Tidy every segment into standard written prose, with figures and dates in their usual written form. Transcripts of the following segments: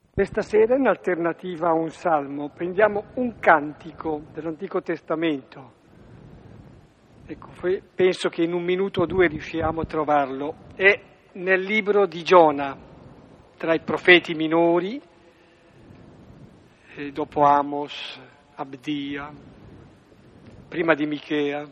Questa sera, in alternativa a un salmo, prendiamo un cantico dell'Antico Testamento. Ecco, penso che in un minuto o due riusciamo a trovarlo. È nel libro di Giona, tra i profeti minori, dopo Amos, Abdia, prima di Michea.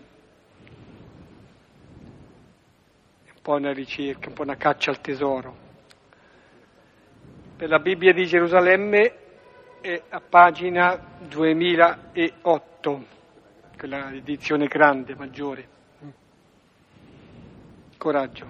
Un po' una ricerca, un po' una caccia al tesoro. Per la Bibbia di Gerusalemme è a pagina 2008, quella edizione grande, maggiore. Coraggio.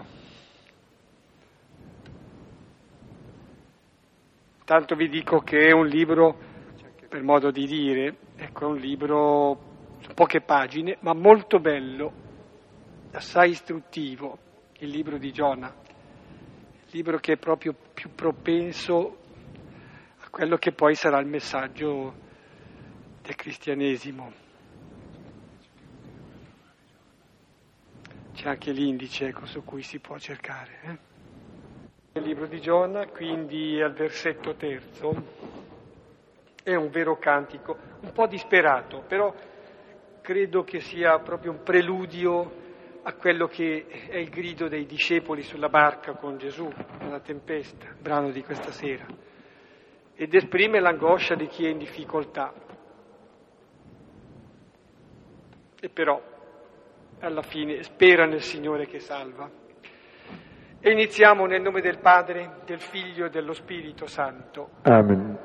Tanto vi dico che è un libro, per modo di dire, ecco, è un libro su poche pagine, ma molto bello, assai istruttivo, il libro di Giona. Libro che è proprio più propenso a quello che poi sarà il messaggio del cristianesimo. C'è anche l'indice su cui si può cercare. Il libro di Giona, quindi al versetto 3, è un vero cantico, un po' disperato, però credo che sia proprio un preludio a quello che è il grido dei discepoli sulla barca con Gesù, nella tempesta, il brano di questa sera, ed esprime l'angoscia di chi è in difficoltà. E però, alla fine, spera nel Signore che salva. E iniziamo nel nome del Padre, del Figlio e dello Spirito Santo. Amen.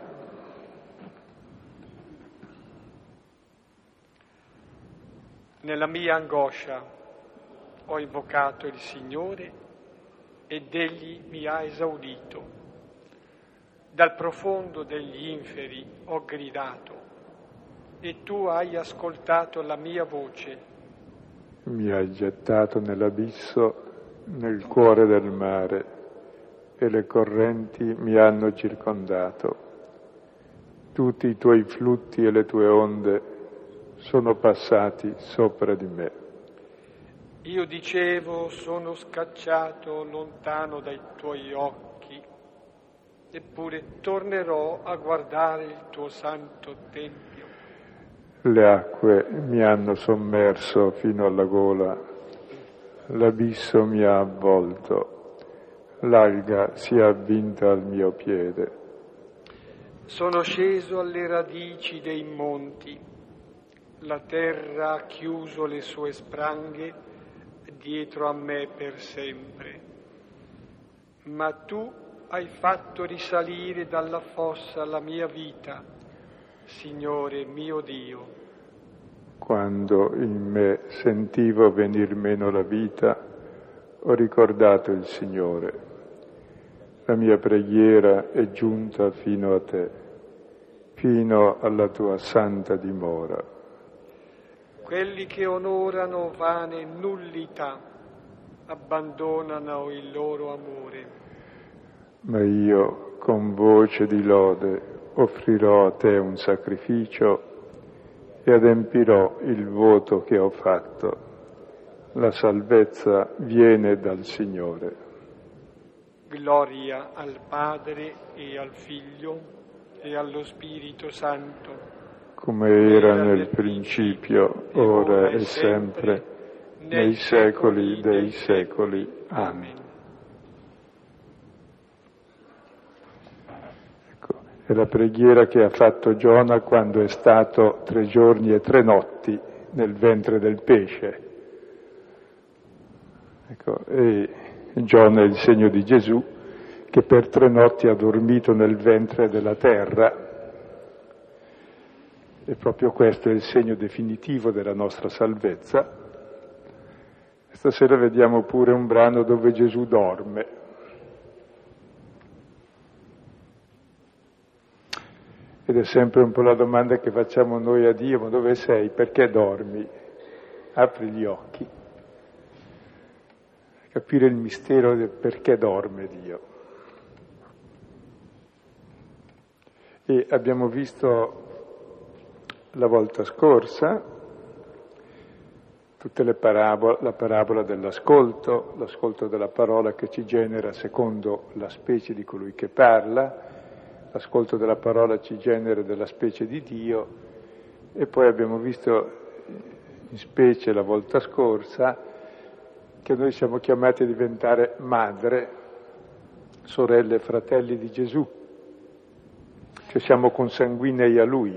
Nella mia angoscia ho invocato il Signore ed Egli mi ha esaudito. Dal profondo degli inferi ho gridato e tu hai ascoltato la mia voce. Mi hai gettato nell'abisso, nel cuore del mare, e le correnti mi hanno circondato. Tutti i tuoi flutti e le tue onde sono passati sopra di me. Io dicevo, sono scacciato lontano dai tuoi occhi, eppure tornerò a guardare il tuo santo tempio. Le acque mi hanno sommerso fino alla gola, l'abisso mi ha avvolto, l'alga si è avvinta al mio piede. Sono sceso alle radici dei monti, la terra ha chiuso le sue spranghe dietro a me per sempre. Ma tu hai fatto risalire dalla fossa la mia vita, Signore mio Dio. Quando in me sentivo venir meno la vita, ho ricordato il Signore. La mia preghiera è giunta fino a te, fino alla tua santa dimora. Quelli che onorano vane nullità abbandonano il loro amore. Ma io, con voce di lode, offrirò a te un sacrificio e adempirò il voto che ho fatto. La salvezza viene dal Signore. Gloria al Padre e al Figlio e allo Spirito Santo, come era nel principio, ora e sempre, nei secoli dei secoli. Amen. Ecco, è la preghiera che ha fatto Giona quando è stato 3 giorni e 3 notti nel ventre del pesce. Ecco, e Giona è il segno di Gesù che per 3 notti ha dormito nel ventre della terra. E proprio questo è il segno definitivo della nostra salvezza. Stasera vediamo pure un brano dove Gesù dorme. Ed è sempre un po' la domanda che facciamo noi a Dio: ma dove sei? Perché dormi? Apri gli occhi. Capire il mistero del perché dorme Dio. E abbiamo visto la volta scorsa tutte le parabole, la parabola dell'ascolto, l'ascolto della parola che ci genera secondo la specie di colui che parla, l'ascolto della parola ci genera della specie di Dio, e poi abbiamo visto in specie la volta scorsa che noi siamo chiamati a diventare madre, sorelle e fratelli di Gesù, che siamo consanguinei a Lui.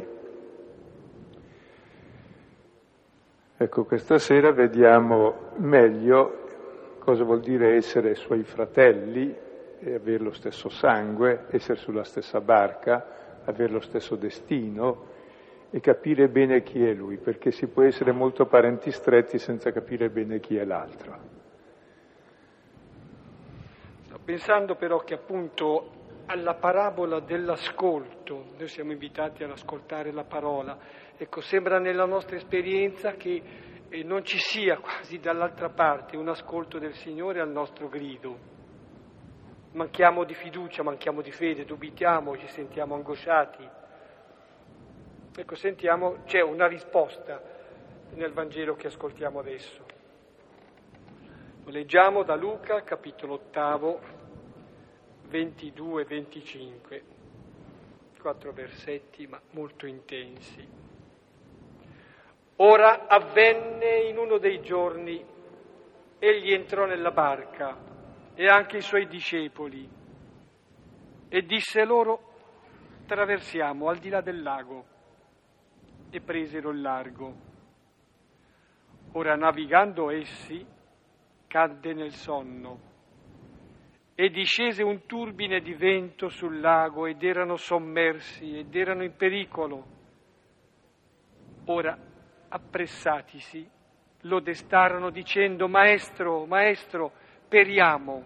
Ecco, questa sera vediamo meglio cosa vuol dire essere Suoi fratelli e avere lo stesso sangue, essere sulla stessa barca, avere lo stesso destino e capire bene chi è Lui, perché si può essere molto parenti stretti senza capire bene chi è l'altro. Sto pensando però che appunto alla parabola dell'ascolto, noi siamo invitati ad ascoltare la parola, ecco, sembra nella nostra esperienza che non ci sia quasi dall'altra parte un ascolto del Signore al nostro grido. Manchiamo di fiducia, manchiamo di fede, dubitiamo, ci sentiamo angosciati. Ecco, sentiamo, c'è una risposta nel Vangelo che ascoltiamo adesso. Lo leggiamo da Luca, capitolo 8, 22-25, 4 versetti ma molto intensi. Ora avvenne in uno dei giorni, egli entrò nella barca e anche i suoi discepoli e disse loro: traversiamo al di là del lago, e presero il largo. Ora navigando essi cadde nel sonno e discese un turbine di vento sul lago ed erano sommersi ed erano in pericolo. Ora appressatisi lo destarono dicendo: Maestro, Maestro, periamo.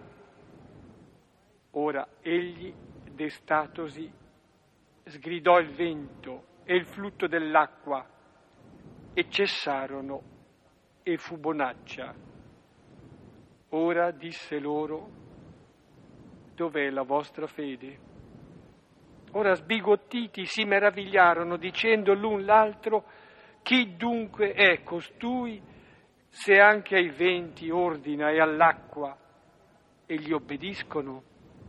Ora egli, destatosi, sgridò il vento e il flutto dell'acqua e cessarono e fu bonaccia. Ora disse loro: dov'è la vostra fede? Ora sbigottiti si meravigliarono dicendo l'un l'altro: chi dunque è costui se anche ai venti ordina e all'acqua e gli obbediscono?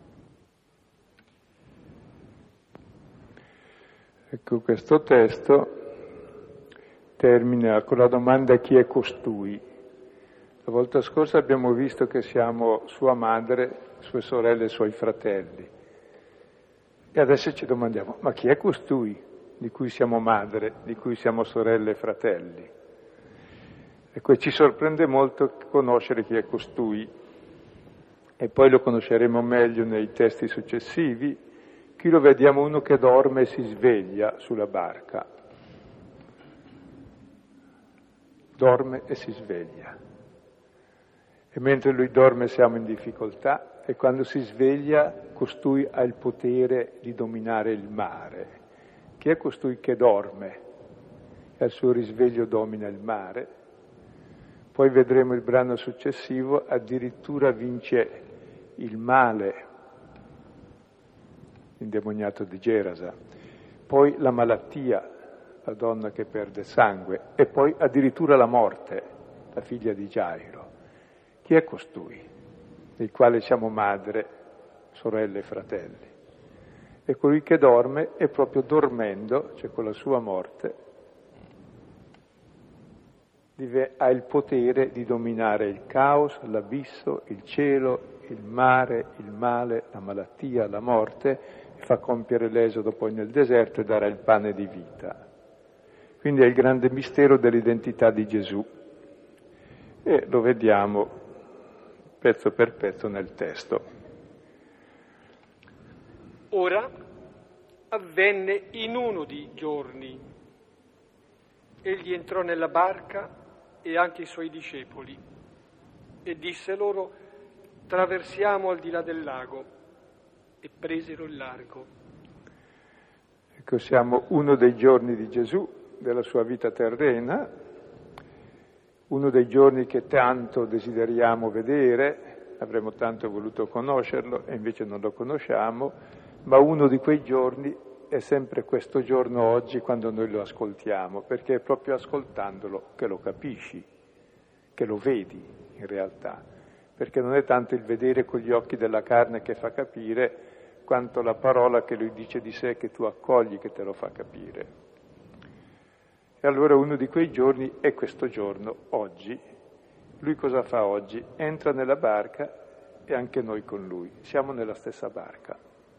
Ecco, questo testo termina con la domanda: chi è costui? La volta scorsa abbiamo visto che siamo sua madre, sue sorelle e suoi fratelli. E adesso ci domandiamo: ma chi è costui di cui siamo madre, di cui siamo sorelle e fratelli? Ecco, ci sorprende molto conoscere chi è costui, e poi lo conosceremo meglio nei testi successivi. Qui lo vediamo uno che dorme e si sveglia sulla barca. Dorme e si sveglia. E mentre lui dorme siamo in difficoltà, e quando si sveglia costui ha il potere di dominare il mare. Chi è costui che dorme e al suo risveglio domina il mare? Poi vedremo il brano successivo, addirittura vince il male, indemoniato di Gerasa, poi la malattia, la donna che perde sangue, e poi addirittura la morte, la figlia di Gairo. Chi è costui, del quale siamo madre, sorelle e fratelli? E colui che dorme è proprio dormendo, cioè con la sua morte, ha il potere di dominare il caos, l'abisso, il cielo, il mare, il male, la malattia, la morte, e fa compiere l'esodo poi nel deserto e darà il pane di vita. Quindi è il grande mistero dell'identità di Gesù, e lo vediamo pezzo per pezzo nel testo. Ora avvenne in uno di giorni. Egli entrò nella barca e anche i suoi discepoli e disse loro: traversiamo al di là del lago, e presero il largo. Ecco, siamo uno dei giorni di Gesù, della sua vita terrena, uno dei giorni che tanto desideriamo vedere, avremmo tanto voluto conoscerlo e invece non lo conosciamo, ma uno di quei giorni è sempre questo giorno oggi quando noi lo ascoltiamo, perché è proprio ascoltandolo che lo capisci, che lo vedi in realtà, perché non è tanto il vedere con gli occhi della carne che fa capire, quanto la parola che lui dice di sé, che tu accogli, che te lo fa capire. E allora uno di quei giorni è questo giorno, oggi. Lui cosa fa oggi? Entra nella barca e anche noi con lui. Siamo nella stessa barca.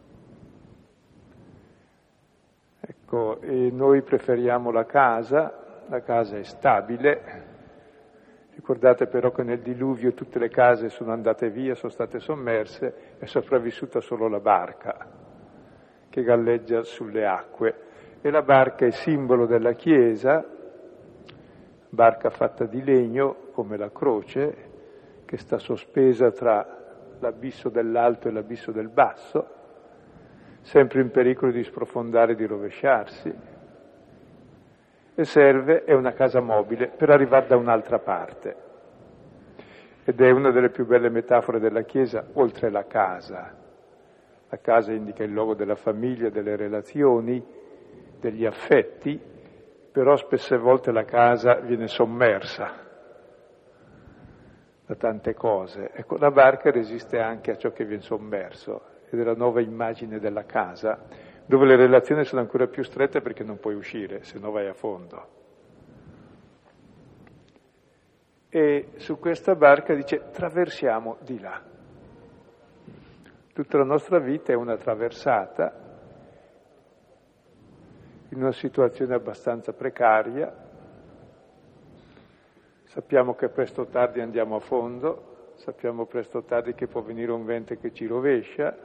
Ecco, e noi preferiamo la casa è stabile. Ricordate però che nel diluvio tutte le case sono andate via, sono state sommerse, è sopravvissuta solo la barca che galleggia sulle acque. E la barca è simbolo della Chiesa, barca fatta di legno come la croce, che sta sospesa tra l'abisso dell'alto e l'abisso del basso, sempre in pericolo di sprofondare e di rovesciarsi. E serve, è una casa mobile, per arrivare da un'altra parte. Ed è una delle più belle metafore della Chiesa, oltre la casa. La casa indica il luogo della famiglia, delle relazioni, degli affetti, però spesse volte la casa viene sommersa da tante cose. Ecco, la barca resiste anche a ciò che viene sommerso, ed è la nuova immagine della casa, dove le relazioni sono ancora più strette perché non puoi uscire, se no vai a fondo. E su questa barca dice, traversiamo di là. Tutta la nostra vita è una traversata in una situazione abbastanza precaria. Sappiamo che presto o tardi andiamo a fondo, sappiamo presto o tardi che può venire un vento che ci rovescia.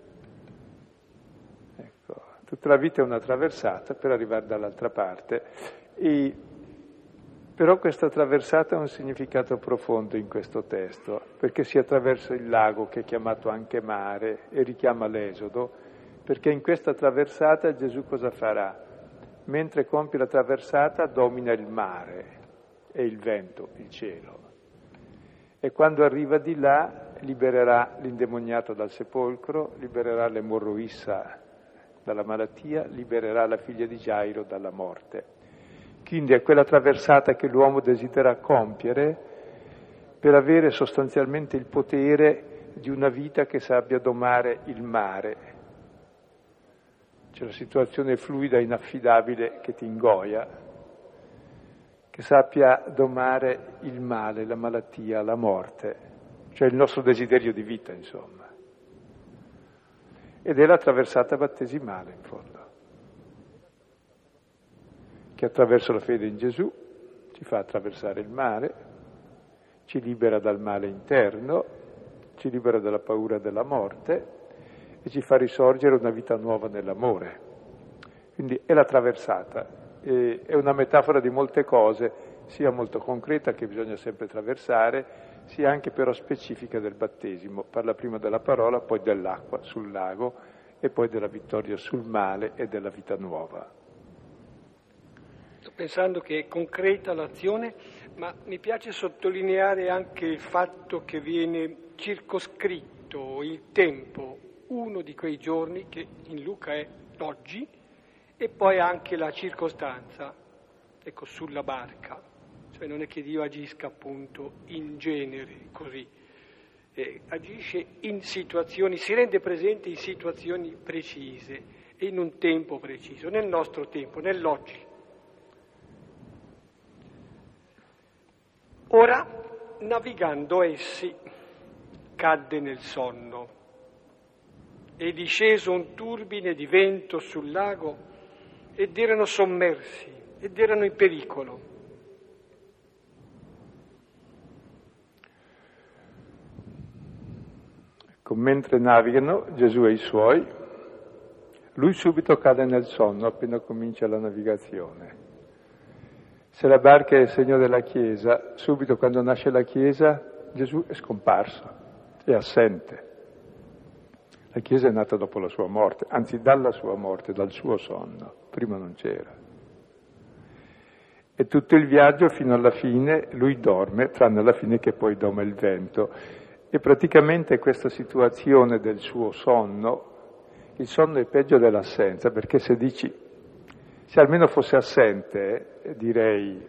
Tutta la vita è una traversata per arrivare dall'altra parte, però questa traversata ha un significato profondo in questo testo, perché si attraversa il lago che è chiamato anche mare e richiama l'Esodo, perché in questa traversata Gesù cosa farà? Mentre compie la traversata domina il mare e il vento, il cielo, e quando arriva di là libererà l'indemoniato dal sepolcro, libererà l'emorroissa dalla malattia, libererà la figlia di Gairo dalla morte. Quindi è quella traversata che l'uomo desidera compiere per avere sostanzialmente il potere di una vita che sappia domare il mare. C'è una situazione fluida, inaffidabile che ti ingoia, che sappia domare il male, la malattia, la morte, cioè il nostro desiderio di vita, insomma. Ed è la traversata battesimale, in fondo, che attraverso la fede in Gesù ci fa attraversare il mare, ci libera dal male interno, ci libera dalla paura della morte e ci fa risorgere una vita nuova nell'amore. Quindi è la traversata, è una metafora di molte cose, sia molto concreta che bisogna sempre attraversare, sia anche però specifica del battesimo. Parla prima della parola, poi dell'acqua sul lago e poi della vittoria sul male e della vita nuova. Sto pensando che è concreta l'azione, ma mi piace sottolineare anche il fatto che viene circoscritto il tempo, uno di quei giorni che in Luca è oggi, e poi anche la circostanza, ecco, sulla barca. Cioè non è che Dio agisca appunto in genere così, agisce in situazioni, si rende presente in situazioni precise e in un tempo preciso, nel nostro tempo, nell'oggi. Ora, navigando essi, cadde nel sonno e disceso un turbine di vento sul lago ed erano sommersi ed erano in pericolo. Mentre navigano Gesù e i suoi, lui subito cade nel sonno appena comincia la navigazione. Se la barca è il segno della Chiesa, subito quando nasce la Chiesa Gesù è scomparso, è assente. La Chiesa è nata dopo la sua morte, anzi dalla sua morte, dal suo sonno, prima non c'era. E tutto il viaggio fino alla fine lui dorme, tranne alla fine che poi doma il vento. E praticamente questa situazione del suo sonno, il sonno è peggio dell'assenza, perché se dici, se almeno fosse assente, direi,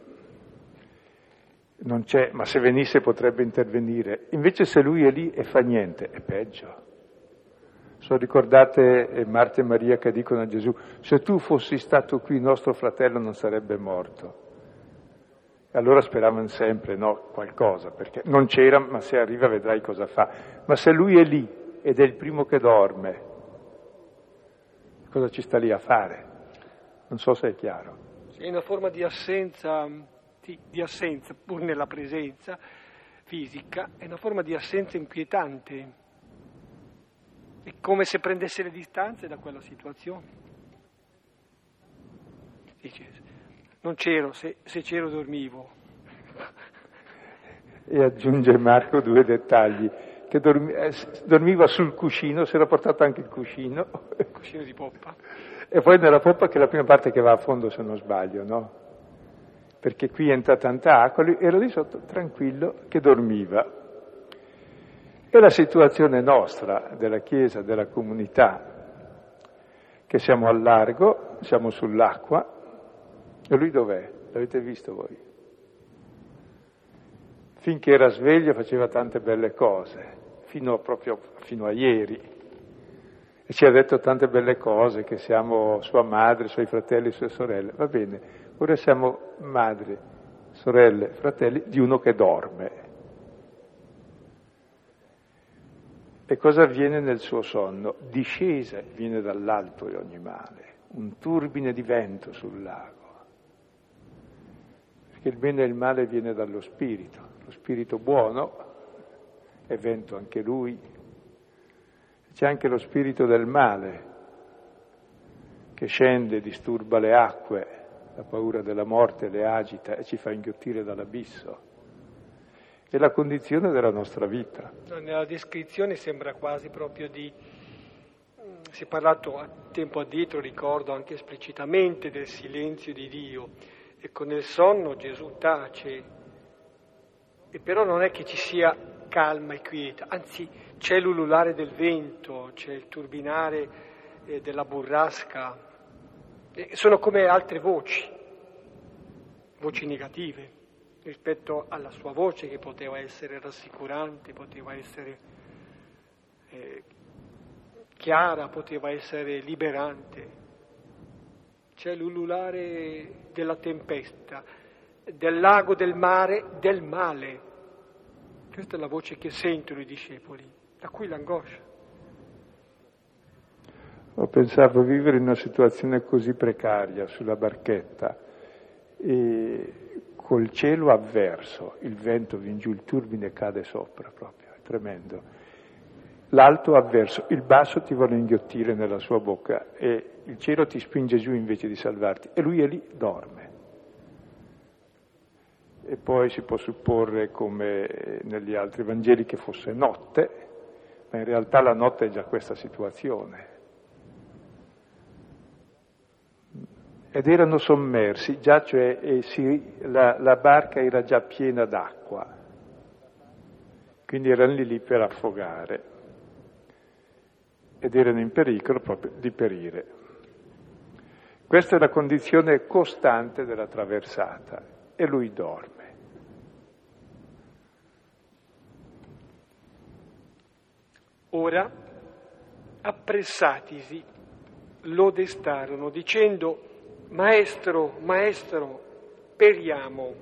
non c'è, ma se venisse potrebbe intervenire. Invece se lui è lì e fa niente, è peggio. Sono ricordate Marta e Maria che dicono a Gesù: se tu fossi stato qui nostro fratello non sarebbe morto. E allora speravano sempre, no, qualcosa, perché non c'era, ma se arriva vedrai cosa fa. Ma se lui è lì ed è il primo che dorme, cosa ci sta lì a fare? Non so se è chiaro. È una forma di assenza, di assenza, pur nella presenza fisica, è una forma di assenza inquietante. È come se prendesse le distanze da quella situazione. Dice, non c'ero, se c'ero dormivo. E aggiunge Marco 2 dettagli, che dormiva sul cuscino, si era portato anche il cuscino. Il cuscino di poppa. E poi nella poppa, che è la prima parte che va a fondo se non sbaglio, no? Perché qui entra tanta acqua, lui era lì sotto tranquillo che dormiva. E la situazione nostra, della Chiesa, della comunità, che siamo al largo, siamo sull'acqua, e lui dov'è? L'avete visto voi? Finché era sveglio faceva tante belle cose, fino a ieri. E ci ha detto tante belle cose, che siamo sua madre, suoi fratelli, sue sorelle. Va bene, ora siamo madre, sorelle, fratelli di uno che dorme. E cosa avviene nel suo sonno? Discesa viene dall'alto di ogni male, un turbine di vento sul lago. Perché il bene e il male viene dallo spirito. Lo spirito buono è vento anche lui. C'è anche lo spirito del male che scende, disturba le acque, la paura della morte le agita e ci fa inghiottire dall'abisso. È la condizione della nostra vita. Nella descrizione sembra quasi proprio di... Si è parlato a tempo addietro, ricordo anche esplicitamente, del silenzio di Dio. Ecco, nel sonno Gesù tace, e però non è che ci sia calma e quieta, anzi c'è l'ululare del vento, c'è il turbinare della burrasca, sono come altre voci negative, rispetto alla sua voce che poteva essere rassicurante, poteva essere chiara, poteva essere liberante. C'è l'ululare della tempesta, del lago, del mare, del male. Questa è la voce che sentono i discepoli, da cui l'angoscia. Ho pensato vivere in una situazione così precaria sulla barchetta e col cielo avverso, il vento viene giù, il turbine cade sopra proprio, è tremendo. L'alto avverso, il basso ti vuole inghiottire nella sua bocca e il cielo ti spinge giù invece di salvarti e lui è lì, dorme. E poi si può supporre, come negli altri Vangeli, che fosse notte, ma in realtà la notte è già questa situazione. Ed erano sommersi, già cioè la barca era già piena d'acqua, quindi erano lì per affogare ed erano in pericolo proprio di perire. Questa è la condizione costante della traversata e lui dorme. Ora, appressatisi, lo destarono dicendo: Maestro, maestro, periamo.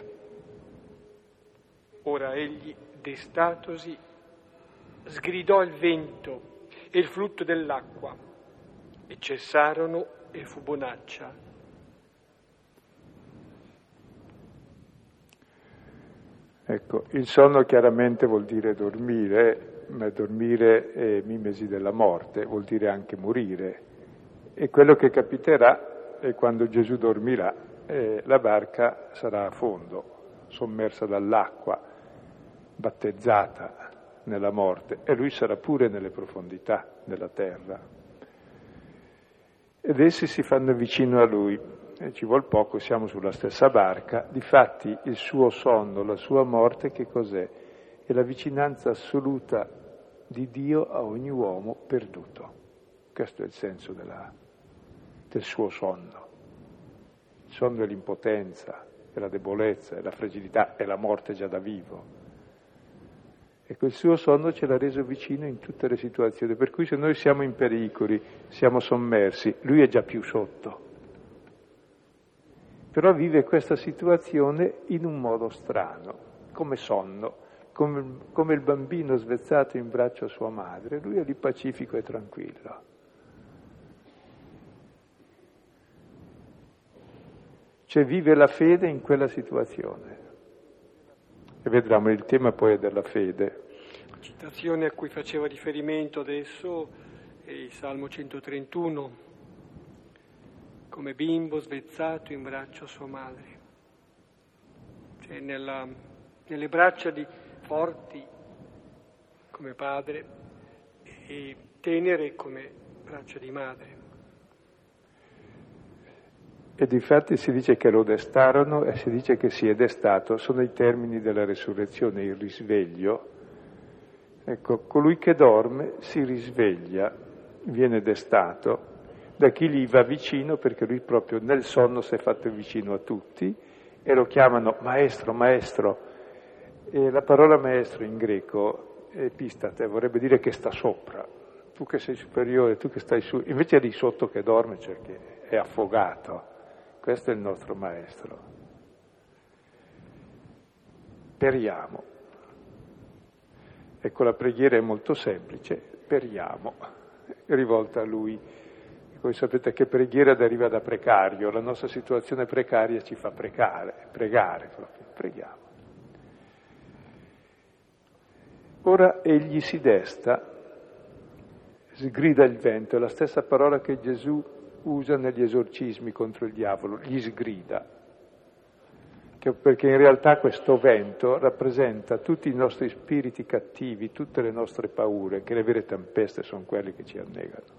Ora egli, destatosi, sgridò il vento e il flusso dell'acqua, e cessarono e fu bonaccia. Ecco, il sonno chiaramente vuol dire dormire, ma dormire è mimesi della morte, vuol dire anche morire. E quello che capiterà è quando Gesù dormirà, la barca sarà a fondo, sommersa dall'acqua, battezzata nella morte, e lui sarà pure nelle profondità della terra. Ed essi si fanno vicino a lui, e ci vuol poco, siamo sulla stessa barca. Difatti il suo sonno, la sua morte, che cos'è? È la vicinanza assoluta di Dio a ogni uomo perduto. Questo è il senso del suo sonno. Il sonno è l'impotenza, è la debolezza, è la fragilità, è la morte già da vivo. E quel suo sonno ce l'ha reso vicino in tutte le situazioni, per cui se noi siamo in pericoli, siamo sommersi, lui è già più sotto. Però vive questa situazione in un modo strano, come sonno, come il bambino svezzato in braccio a sua madre, lui è lì pacifico e tranquillo. Cioè vive la fede in quella situazione. E vedremo, il tema poi è della fede. La citazione a cui faceva riferimento adesso è il Salmo 131, come bimbo svezzato in braccio a sua madre. Cioè nelle braccia di forti come padre e tenere come braccia di madre. E difatti si dice che lo destarono e si dice che si è destato, sono i termini della resurrezione, il risveglio. Ecco, colui che dorme si risveglia, viene destato da chi gli va vicino, perché lui proprio nel sonno si è fatto vicino a tutti e lo chiamano maestro, maestro. E la parola maestro in greco, epistate, vorrebbe dire che sta sopra. Tu che sei superiore, tu che stai su, invece è lì sotto che dorme, cioè che è affogato. Questo è il nostro maestro. Speriamo. Ecco, la preghiera è molto semplice, speriamo, è rivolta a lui. Voi sapete che preghiera deriva da precario, la nostra situazione precaria ci fa pregare proprio, preghiamo. Ora egli si desta, sgrida il vento, è la stessa parola che Gesù usa negli esorcismi contro il diavolo, gli sgrida, perché in realtà questo vento rappresenta tutti i nostri spiriti cattivi, tutte le nostre paure, che le vere tempeste sono quelle che ci annegano.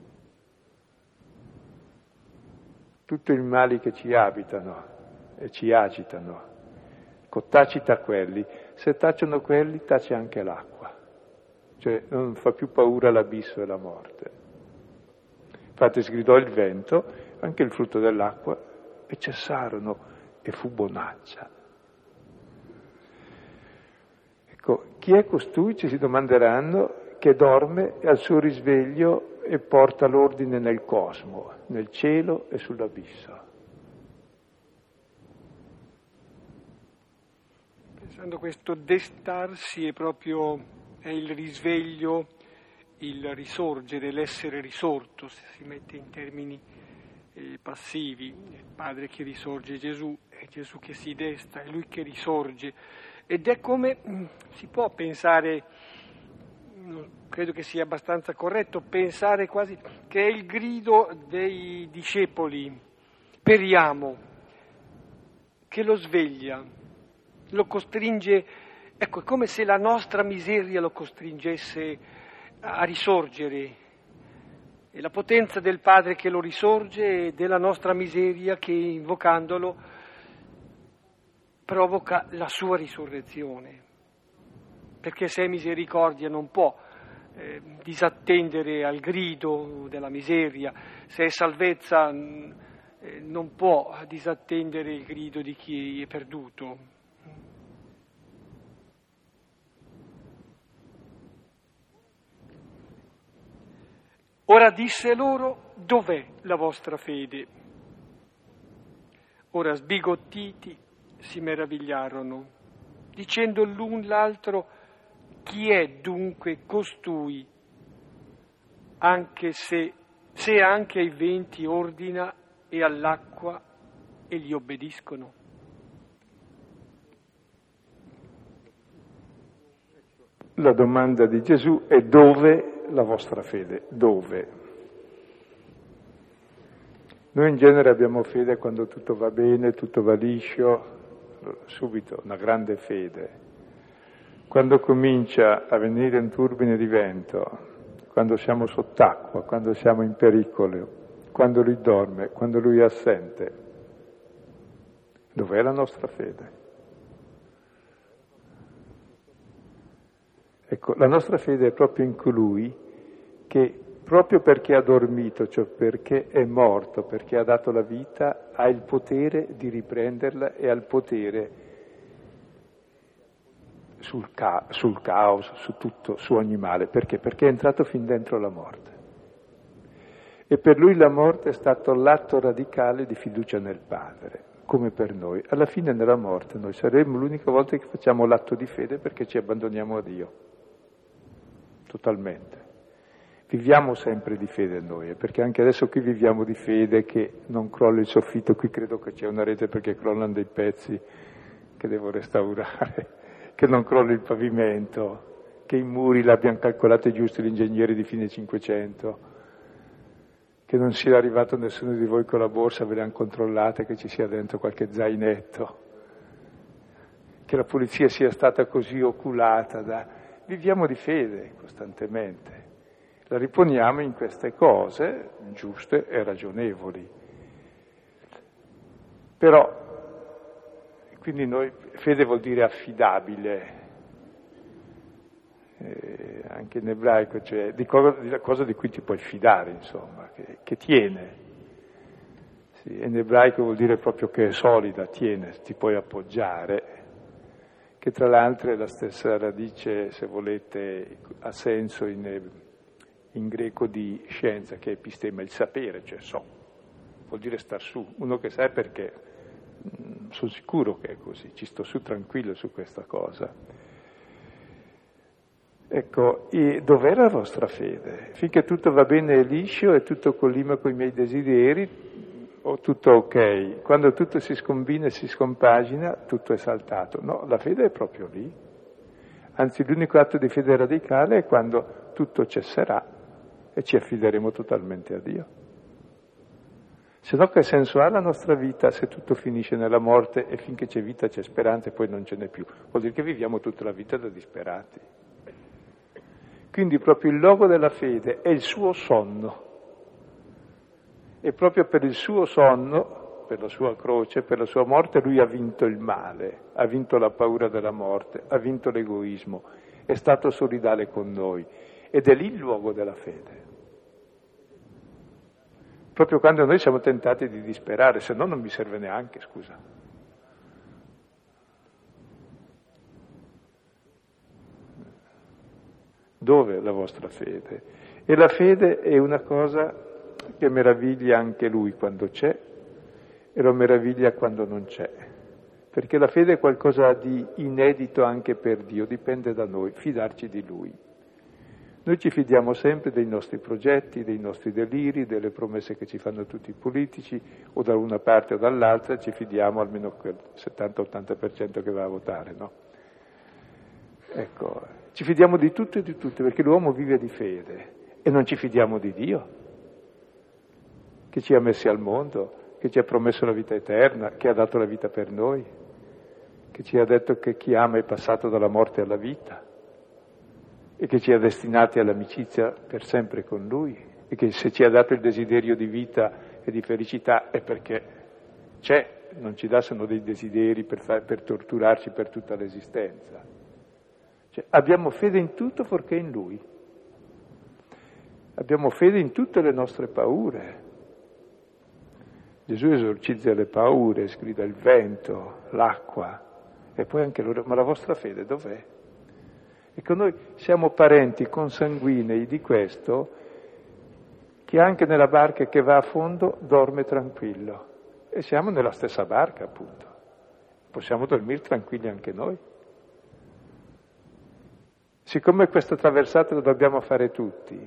Tutto il male che ci abitano e ci agitano, tacita quelli, se tacciono quelli tace anche l'acqua, cioè non fa più paura l'abisso e la morte. Infatti sgridò il vento, anche il frutto dell'acqua, e cessarono, e fu bonaccia. Ecco, chi è costui, ci si domanderanno, che dorme al suo risveglio e porta l'ordine nel cosmo, nel cielo e sull'abisso. Pensando questo destarsi è il risveglio, il risorgere, l'essere risorto, se si mette in termini passivi, il Padre che risorge Gesù, è Gesù che si desta, è Lui che risorge. Ed è come si può pensare, credo che sia abbastanza corretto, pensare quasi che è il grido dei discepoli, speriamo, che lo sveglia, lo costringe, ecco, è come se la nostra miseria lo costringesse a risorgere, e la potenza del Padre che lo risorge e della nostra miseria che invocandolo provoca la sua risurrezione, perché se è misericordia non può disattendere al grido della miseria, se è salvezza non può disattendere il grido di chi è perduto. Ora disse loro: dov'è la vostra fede? Ora sbigottiti si meravigliarono, dicendo l'un l'altro: chi è dunque costui, anche se anche ai venti ordina e all'acqua e gli obbediscono? La domanda di Gesù è: dove la vostra fede? Dove? Noi in genere abbiamo fede quando tutto va bene, tutto va liscio, subito una grande fede. Quando comincia a venire un turbine di vento, quando siamo sott'acqua, quando siamo in pericolo, quando lui dorme, quando lui è assente, dov'è la nostra fede? Ecco, la nostra fede è proprio in colui che, proprio perché ha dormito, cioè perché è morto, perché ha dato la vita, ha il potere di riprenderla e ha il potere sul caos, su tutto, su ogni male. Perché? Perché è entrato fin dentro la morte. E per lui la morte è stato l'atto radicale di fiducia nel Padre, come per noi. Alla fine nella morte noi saremo l'unica volta che facciamo l'atto di fede perché ci abbandoniamo a Dio. Totalmente. Viviamo sempre di fede noi, perché anche adesso qui viviamo di fede che non crolla il soffitto, qui credo che c'è una rete perché crollano dei pezzi che devo restaurare, che non crolla il pavimento, che i muri l'abbiano calcolato giusto gli ingegneri di fine 500, che non sia arrivato nessuno di voi con la borsa, ve le hanno controllate, che ci sia dentro qualche zainetto, che la pulizia sia stata così oculata da... Viviamo di fede costantemente, la riponiamo in queste cose giuste e ragionevoli. Però, quindi noi, fede vuol dire affidabile, anche in ebraico, cioè di cosa di cui ti puoi fidare, insomma, che tiene. Sì, in ebraico vuol dire proprio che è solida, tiene, ti puoi appoggiare, che tra l'altro è la stessa radice, se volete, ha senso in greco di scienza, che è epistema, il sapere, cioè vuol dire star su, uno che sa perché sono sicuro che è così, ci sto su tranquillo su questa cosa. Ecco, e dov'è la vostra fede? Finché tutto va bene e liscio e tutto collima con i miei desideri, o tutto ok. Quando tutto si scombina e si scompagina, tutto è saltato. No, la fede è proprio lì. Anzi, l'unico atto di fede radicale è quando tutto cesserà e ci affideremo totalmente a Dio. Se no che senso ha la nostra vita se tutto finisce nella morte e finché c'è vita c'è speranza e poi non ce n'è più? Vuol dire che viviamo tutta la vita da disperati. Quindi proprio il logo della fede è il suo sonno. E proprio per il suo sonno, per la sua croce, per la sua morte, lui ha vinto il male, ha vinto la paura della morte, ha vinto l'egoismo, è stato solidale con noi. Ed è lì il luogo della fede. Proprio quando noi siamo tentati di disperare, se no non mi serve neanche, scusa. Dove è la vostra fede? E la fede è una cosa che meraviglia anche lui quando c'è e lo meraviglia quando non c'è. Perché la fede è qualcosa di inedito anche per Dio, dipende da noi, fidarci di Lui. Noi ci fidiamo sempre dei nostri progetti, dei nostri deliri, delle promesse che ci fanno tutti i politici, o da una parte o dall'altra ci fidiamo almeno quel 70-80% che va a votare, no? Ecco, ci fidiamo di tutto e di tutti, perché l'uomo vive di fede e non ci fidiamo di Dio, che ci ha messi al mondo, che ci ha promesso la vita eterna, che ha dato la vita per noi, che ci ha detto che chi ama è passato dalla morte alla vita e che ci ha destinati all'amicizia per sempre con Lui e che se ci ha dato il desiderio di vita e di felicità è perché c'è, non ci dà solo dei desideri per torturarci per tutta l'esistenza. Cioè, abbiamo fede in tutto fuorché in Lui. Abbiamo fede in tutte le nostre paure. Gesù esorcizza le paure, sgrida il vento, l'acqua e poi anche loro, ma la vostra fede dov'è? Ecco, noi siamo parenti consanguinei di questo che anche nella barca che va a fondo dorme tranquillo e siamo nella stessa barca, appunto. Possiamo dormire tranquilli anche noi. Siccome questa traversata lo dobbiamo fare tutti,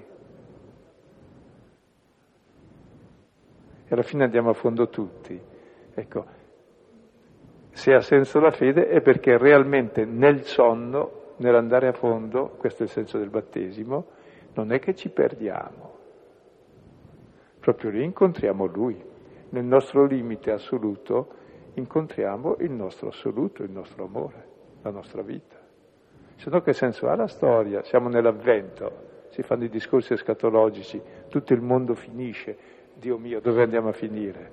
e alla fine andiamo a fondo tutti, ecco, se ha senso la fede è perché realmente nel sonno, nell'andare a fondo, questo è il senso del battesimo, non è che ci perdiamo, proprio lì incontriamo Lui, nel nostro limite assoluto incontriamo il nostro assoluto, il nostro amore, la nostra vita. Se no che senso ha la storia? Siamo nell'avvento, si fanno i discorsi escatologici, tutto il mondo finisce, Dio mio, dove andiamo a finire?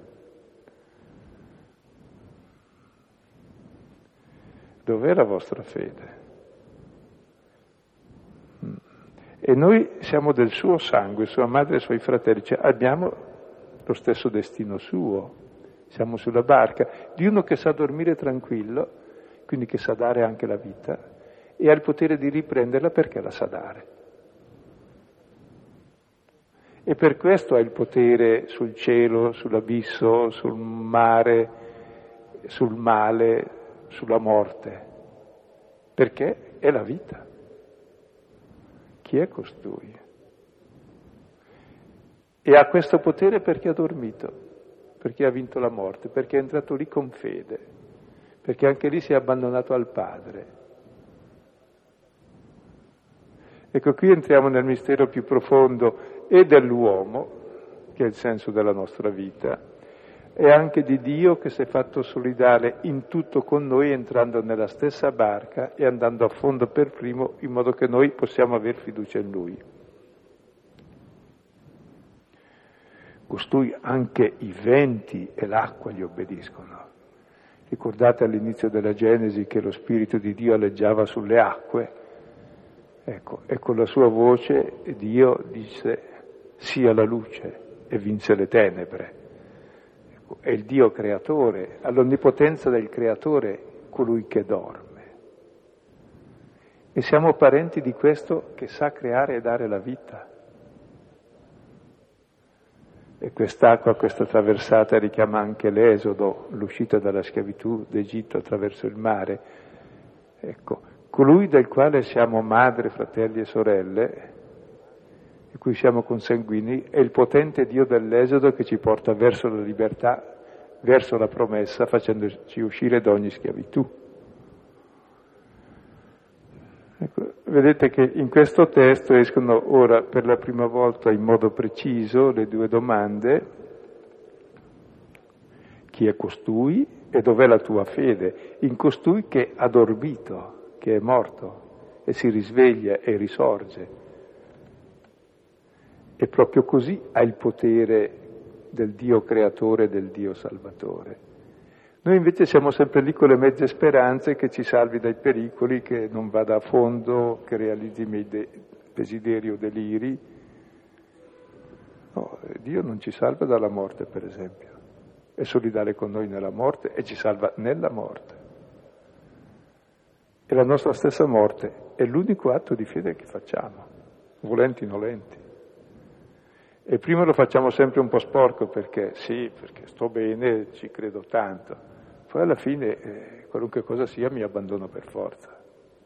Dov'è la vostra fede? E noi siamo del suo sangue, sua madre e suoi fratelli, cioè abbiamo lo stesso destino suo, siamo sulla barca di uno che sa dormire tranquillo, quindi che sa dare anche la vita, e ha il potere di riprenderla perché la sa dare. E per questo ha il potere sul cielo, sull'abisso, sul mare, sul male, sulla morte, perché è la vita. Chi è costui? E ha questo potere perché ha dormito, perché ha vinto la morte, perché è entrato lì con fede, perché anche lì si è abbandonato al Padre. Ecco, qui entriamo nel mistero più profondo e dell'uomo, che è il senso della nostra vita, e anche di Dio che si è fatto solidale in tutto con noi, entrando nella stessa barca e andando a fondo per primo, in modo che noi possiamo aver fiducia in Lui. Costui anche i venti e l'acqua gli obbediscono. Ricordate all'inizio della Genesi che lo Spirito di Dio aleggiava sulle acque? Ecco, e con la sua voce Dio disse sia la luce e vinse le tenebre. Ecco, è il Dio creatore, all'onnipotenza del creatore colui che dorme. E siamo parenti di questo che sa creare e dare la vita. E quest'acqua, questa traversata richiama anche l'Esodo, l'uscita dalla schiavitù d'Egitto attraverso il mare. Ecco, colui del quale siamo madre, fratelli e sorelle, di cui siamo consanguini, è il potente Dio dell'Esodo che ci porta verso la libertà, verso la promessa, facendoci uscire da ogni schiavitù. Ecco, vedete che in questo testo escono ora per la prima volta in modo preciso le due domande: chi è costui e dov'è la tua fede? In costui che ha dormito, che è morto e si risveglia e risorge. E proprio così ha il potere del Dio creatore e del Dio salvatore. Noi invece siamo sempre lì con le mezze speranze che ci salvi dai pericoli, che non vada a fondo, che realizzi i miei desideri o deliri. No, Dio non ci salva dalla morte, per esempio. È solidale con noi nella morte e ci salva nella morte. E la nostra stessa morte è l'unico atto di fede che facciamo, volenti o nolenti. E prima lo facciamo sempre un po' sporco perché sto bene, ci credo tanto. Poi alla fine, qualunque cosa sia, mi abbandono per forza.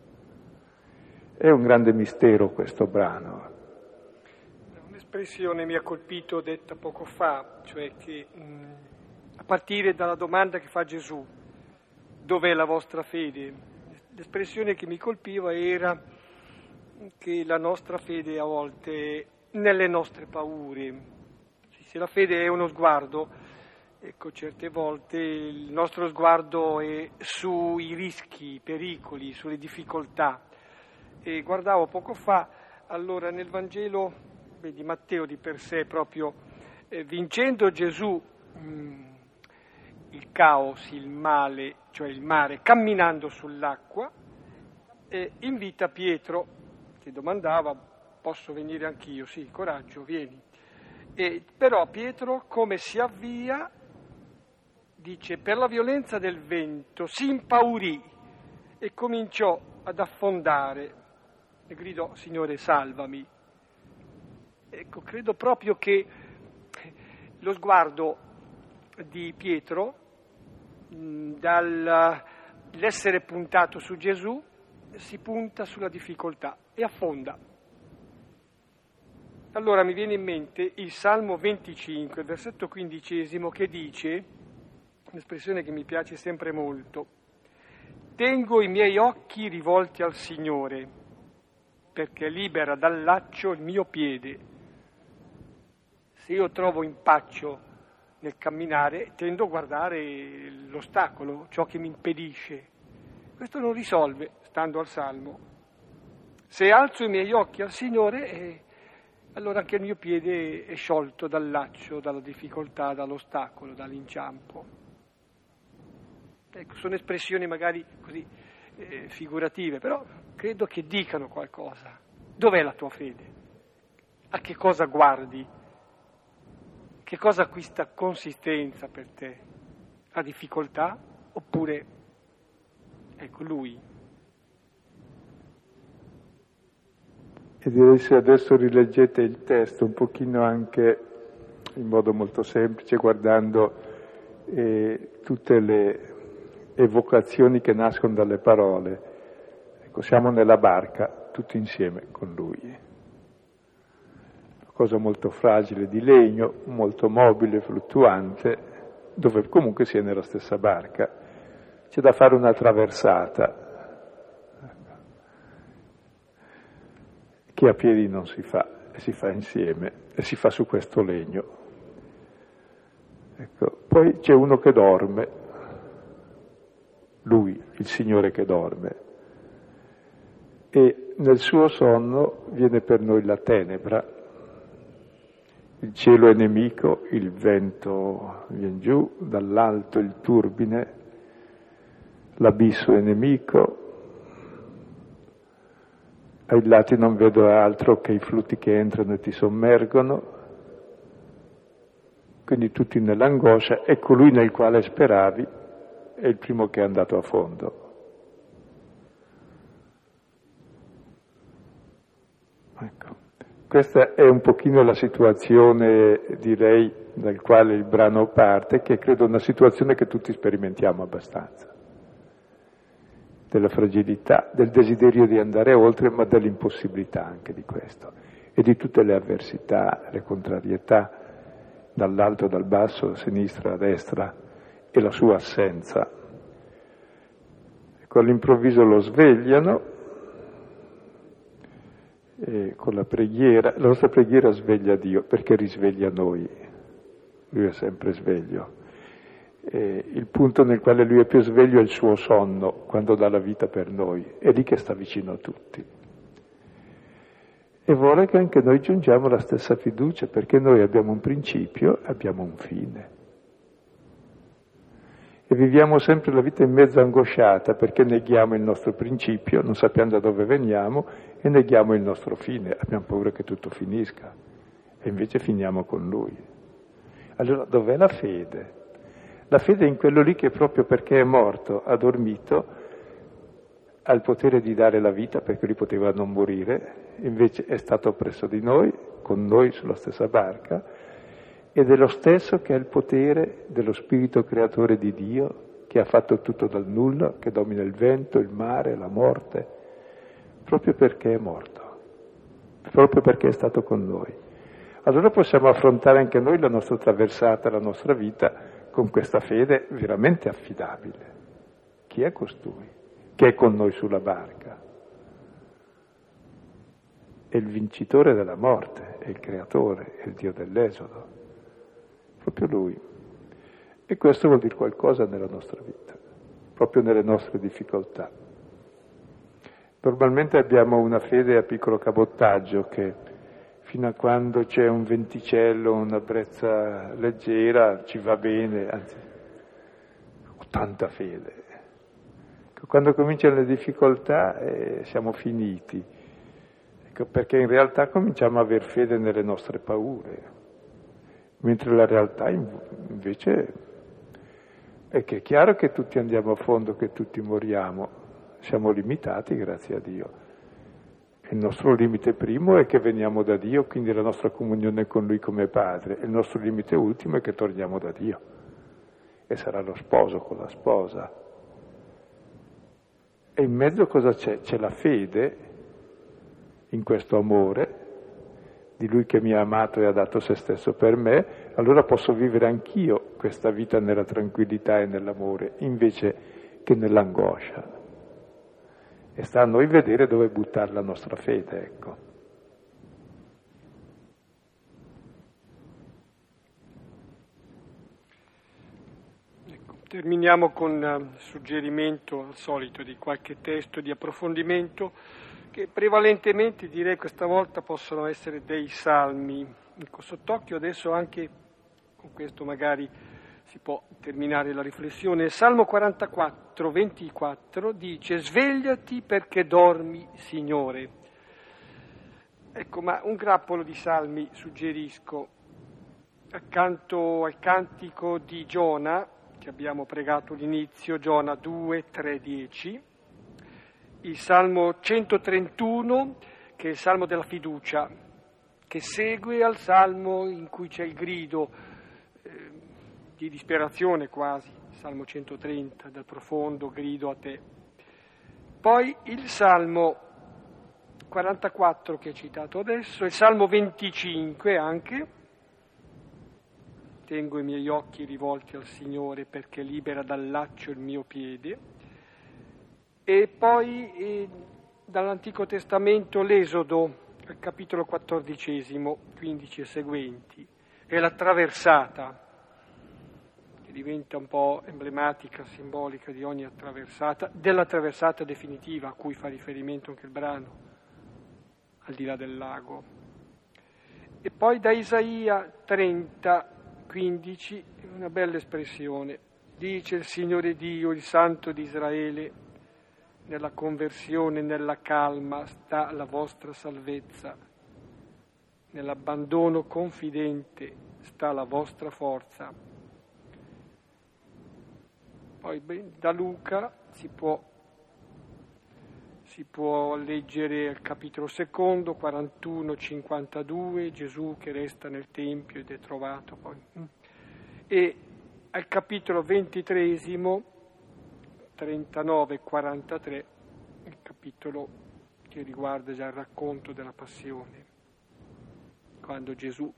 È un grande mistero questo brano. Un'espressione mi ha colpito detta poco fa, cioè che a partire dalla domanda che fa Gesù, dov'è la vostra fede? L'espressione che mi colpiva era che la nostra fede a volte nelle nostre paure. Se la fede è uno sguardo, ecco, certe volte il nostro sguardo è sui rischi, i pericoli, sulle difficoltà. E guardavo poco fa, allora nel Vangelo di Matteo di per sé proprio, vincendo Gesù il caos, il male, cioè il mare, camminando sull'acqua, invita Pietro, che domandava: posso venire anch'io? Sì, coraggio, vieni. Però Pietro, come si avvia, dice, per la violenza del vento si impaurì e cominciò ad affondare e gridò: Signore, salvami. Ecco, credo proprio che lo sguardo di Pietro, dall'essere puntato su Gesù, si punta sulla difficoltà e affonda. Allora mi viene in mente il Salmo 25, il versetto 15, che dice, un'espressione che mi piace sempre molto: tengo i miei occhi rivolti al Signore, perché libera dal laccio il mio piede. Se io trovo impaccio nel camminare, tendo a guardare l'ostacolo, ciò che mi impedisce. Questo non risolve, stando al Salmo. Se alzo i miei occhi al Signore, allora anche il mio piede è sciolto dal laccio, dalla difficoltà, dall'ostacolo, dall'inciampo. Ecco, sono espressioni magari così figurative, però credo che dicano qualcosa. Dov'è la tua fede? A che cosa guardi? Che cosa acquista consistenza per te? La difficoltà oppure, ecco, Lui? E direi, se adesso rileggete il testo un pochino anche in modo molto semplice, guardando tutte le evocazioni che nascono dalle parole. Ecco, siamo nella barca tutti insieme con lui. Una cosa molto fragile di legno, molto mobile, fluttuante, dove comunque si è nella stessa barca. C'è da fare una traversata che a piedi non si fa, e si fa insieme, e si fa su questo legno. Ecco, poi c'è uno che dorme, lui, il Signore che dorme, e nel suo sonno viene per noi la tenebra, il cielo è nemico, il vento viene giù, dall'alto il turbine, l'abisso è nemico, ai lati non vedo altro che i flutti che entrano e ti sommergono, quindi tutti nell'angoscia, e colui nel quale speravi è il primo che è andato a fondo. Ecco. Questa è un pochino la situazione, direi, dal quale il brano parte, che credo una situazione che tutti sperimentiamo abbastanza, della fragilità, del desiderio di andare oltre, ma dell'impossibilità anche di questo, e di tutte le avversità, le contrarietà, dall'alto, dal basso, da sinistra, a destra, e la sua assenza. Ecco, all'improvviso lo svegliano, e con la preghiera, la nostra preghiera sveglia Dio, perché risveglia noi, lui è sempre sveglio. Il punto nel quale lui è più sveglio è il suo sonno, quando dà la vita per noi, è lì che sta vicino a tutti. E vuole che anche noi giungiamo alla stessa fiducia, perché noi abbiamo un principio, abbiamo un fine. E viviamo sempre la vita in mezzo angosciata, perché neghiamo il nostro principio, non sappiamo da dove veniamo, e neghiamo il nostro fine, abbiamo paura che tutto finisca, e invece finiamo con lui. Allora, dov'è la fede? La fede è in quello lì che, proprio perché è morto, ha dormito, ha il potere di dare la vita, perché lui poteva non morire, invece è stato presso di noi, con noi sulla stessa barca, ed è lo stesso che ha il potere dello Spirito creatore di Dio, che ha fatto tutto dal nulla, che domina il vento, il mare, la morte, proprio perché è morto, proprio perché è stato con noi. Allora possiamo affrontare anche noi la nostra traversata, la nostra vita, con questa fede veramente affidabile. Chi è costui che è con noi sulla barca? È il vincitore della morte, è il creatore, è il Dio dell'Esodo, proprio lui. E questo vuol dire qualcosa nella nostra vita, proprio nelle nostre difficoltà. Normalmente abbiamo una fede a piccolo cabotaggio che fino a quando c'è un venticello, una brezza leggera, ci va bene, anzi, ho tanta fede. Quando cominciano le difficoltà siamo finiti, ecco, perché in realtà cominciamo a aver fede nelle nostre paure, mentre la realtà invece è che è chiaro che tutti andiamo a fondo, che tutti moriamo, siamo limitati grazie a Dio. Il nostro limite primo è che veniamo da Dio, quindi la nostra comunione con Lui come Padre. Il nostro limite ultimo è che torniamo da Dio. E sarà lo sposo con la sposa. E in mezzo cosa c'è? C'è la fede in questo amore di Lui che mi ha amato e ha dato se stesso per me. Allora posso vivere anch'io questa vita nella tranquillità e nell'amore, invece che nell'angoscia. E sta a noi vedere dove buttare la nostra fede, ecco. Terminiamo con suggerimento al solito di qualche testo di approfondimento che prevalentemente, direi questa volta, possono essere dei salmi. Ecco, sott'occhio adesso anche con questo magari si può terminare la riflessione. Il Salmo 44, 24 dice: svegliati perché dormi, Signore. Ecco, ma un grappolo di salmi suggerisco. Accanto al cantico di Giona, che abbiamo pregato all'inizio, Giona 2, 3, 10, il Salmo 131, che è il Salmo della fiducia, che segue al Salmo in cui c'è il grido di disperazione quasi, Salmo 130, dal profondo grido a te. Poi il Salmo 44 che hai citato adesso, il Salmo 25 anche, tengo i miei occhi rivolti al Signore perché libera dal laccio il mio piede, e poi dall'Antico Testamento l'Esodo, al capitolo 14, 15 e seguenti, è la traversata, che diventa un po' emblematica, simbolica di ogni attraversata, della traversata definitiva a cui fa riferimento anche il brano, al di là del lago. E poi da Isaia 30, 15, una bella espressione, dice il Signore Dio, il Santo di Israele: nella conversione, nella calma sta la vostra salvezza, nell'abbandono confidente sta la vostra forza. Poi da Luca si può leggere al capitolo 2, 41, 52, Gesù che resta nel Tempio ed è trovato poi. E al capitolo 23, 39 e 43, il capitolo che riguarda già il racconto della passione, quando Gesù,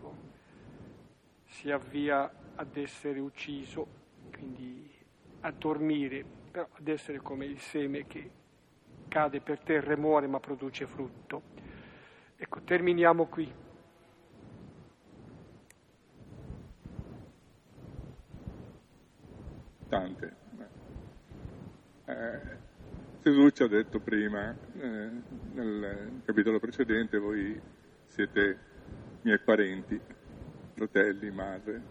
si avvia ad essere ucciso, quindi a dormire, però ad essere come il seme che cade per terra e muore ma produce frutto. Ecco, terminiamo qui. Tante. Gesù ci ha detto prima, nel capitolo precedente, voi siete miei parenti, fratelli, madre.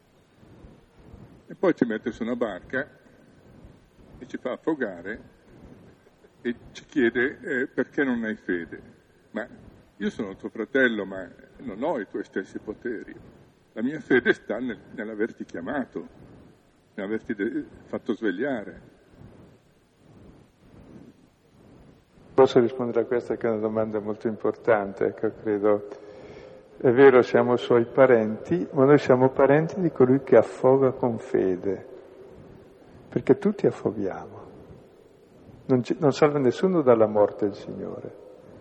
E poi ci mette su una barca e ci fa affogare e ci chiede perché non hai fede. Ma io sono tuo fratello, ma non ho i tuoi stessi poteri. La mia fede sta nell'averti chiamato, nell'averti fatto svegliare. Posso rispondere a questa, che è una domanda molto importante, credo. È vero, siamo suoi parenti, ma noi siamo parenti di colui che affoga con fede, perché tutti affoghiamo. Non salva nessuno dalla morte il Signore.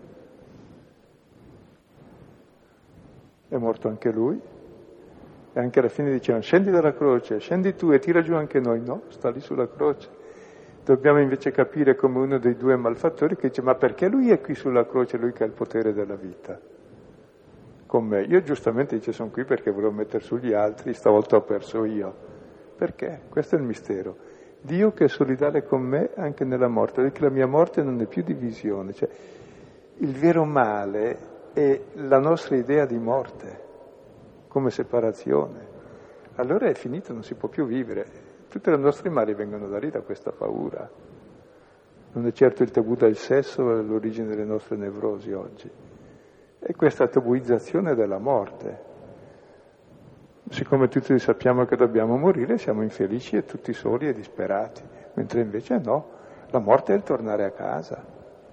È morto anche Lui, e anche alla fine dicevano: scendi dalla croce, scendi tu e tira giù anche noi. No, sta lì sulla croce. Dobbiamo invece capire come uno dei due malfattori che dice: ma perché lui è qui sulla croce, lui che ha il potere della vita? Con me. Io giustamente dice: sono qui perché volevo mettere sugli altri, stavolta ho perso io. Perché? Questo è il mistero. Dio che è solidale con me anche nella morte, perché la mia morte non è più divisione. Cioè, il vero male è la nostra idea di morte, come separazione. Allora è finito, non si può più vivere. Tutte le nostre mali vengono da lì, da questa paura. Non è certo il tabù del sesso l'origine delle nostre nevrosi oggi. È questa tabuizzazione della morte. Siccome tutti sappiamo che dobbiamo morire, siamo infelici e tutti soli e disperati. Mentre invece no, la morte è il tornare a casa.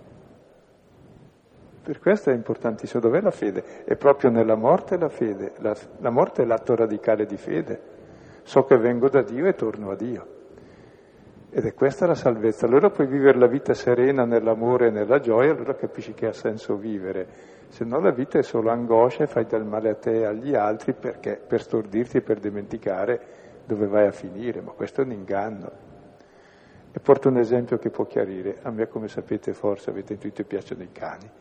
Per questo è importantissimo. Dov'è la fede? È proprio nella morte la fede. La morte è l'atto radicale di fede. So che vengo da Dio e torno a Dio. Ed è questa la salvezza. Allora puoi vivere la vita serena nell'amore e nella gioia, allora capisci che ha senso vivere. Se no la vita è solo angoscia e fai del male a te e agli altri, perché per stordirti e per dimenticare dove vai a finire. Ma questo è un inganno. E porto un esempio che può chiarire. A me, come sapete, forse avete intuito, piacciono i cani.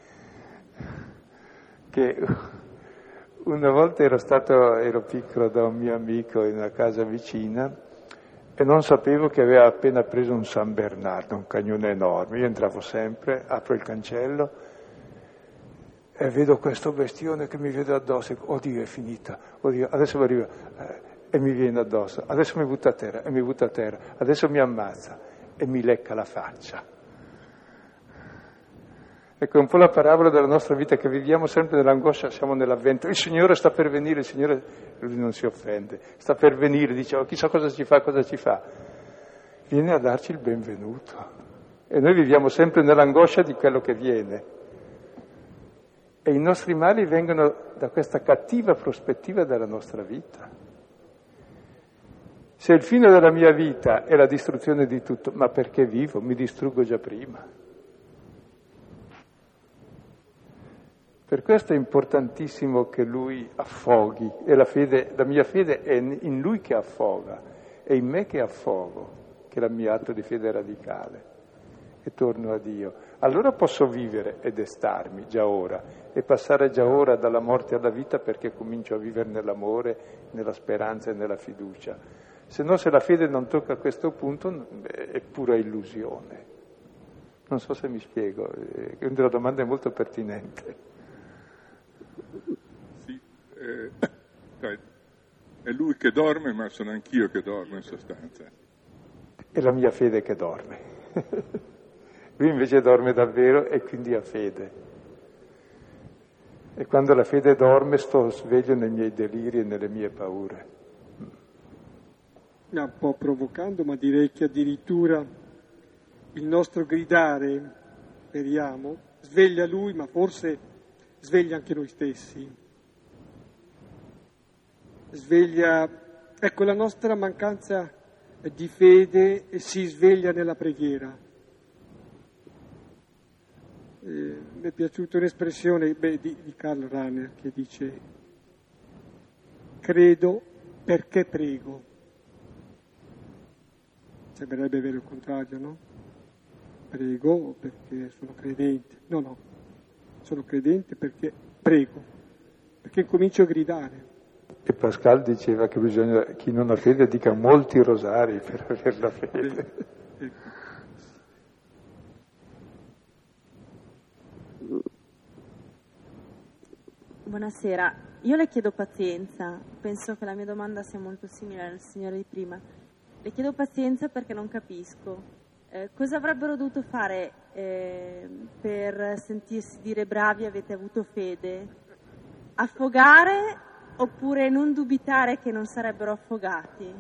Che una volta ero piccolo da un mio amico in una casa vicina e non sapevo che aveva appena preso un San Bernardo, un cagnone enorme. Io entravo sempre, apro il cancello e vedo questo bestione che mi vede addosso. Oddio, è finita. Oddio, adesso arriva e mi viene addosso. Adesso mi butta a terra e mi butta a terra. Adesso mi ammazza e mi lecca la faccia. Ecco, è un po' la parabola della nostra vita, che viviamo sempre nell'angoscia, siamo nell'avvento. Il Signore sta per venire, il Signore, lui non si offende, sta per venire, dice: oh, chissà cosa ci fa. Viene a darci il benvenuto. E noi viviamo sempre nell'angoscia di quello che viene. E i nostri mali vengono da questa cattiva prospettiva della nostra vita. Se il fine della mia vita è la distruzione di tutto, ma perché vivo? Mi distruggo già prima. Per questo è importantissimo che lui affoghi, e la mia fede è in lui che affoga, è in me che affogo, che è il mio atto di fede radicale, e torno a Dio. Allora posso vivere e destarmi già ora, e passare già ora dalla morte alla vita, perché comincio a vivere nell'amore, nella speranza e nella fiducia. Se no, se la fede non tocca a questo punto, è pura illusione. Non so se mi spiego, la domanda è molto pertinente. Sì, è lui che dorme, ma sono anch'io che dormo in sostanza. È la mia fede che dorme. Lui invece dorme davvero e quindi ha fede. E quando la fede dorme sto sveglio nei miei deliri e nelle mie paure. Un po' provocando, ma direi che addirittura il nostro gridare, speriamo, sveglia lui, ma forse sveglia anche noi stessi. Sveglia, ecco, la nostra mancanza di fede si sveglia nella preghiera. Mi è piaciuta un'espressione di Karl Rahner che dice: credo perché prego. Sembrerebbe vero il contrario, no? Prego perché sono credente. No, sono credente perché prego, perché comincio a gridare. E Pascal diceva che bisogna, chi non ha fede dica molti rosari per avere la fede. Buonasera, io le chiedo pazienza, penso che la mia domanda sia molto simile al signore di prima. Le chiedo pazienza perché non capisco. Cosa avrebbero dovuto fare per sentirsi dire bravi, avete avuto fede? Affogare oppure non dubitare che non sarebbero affogati?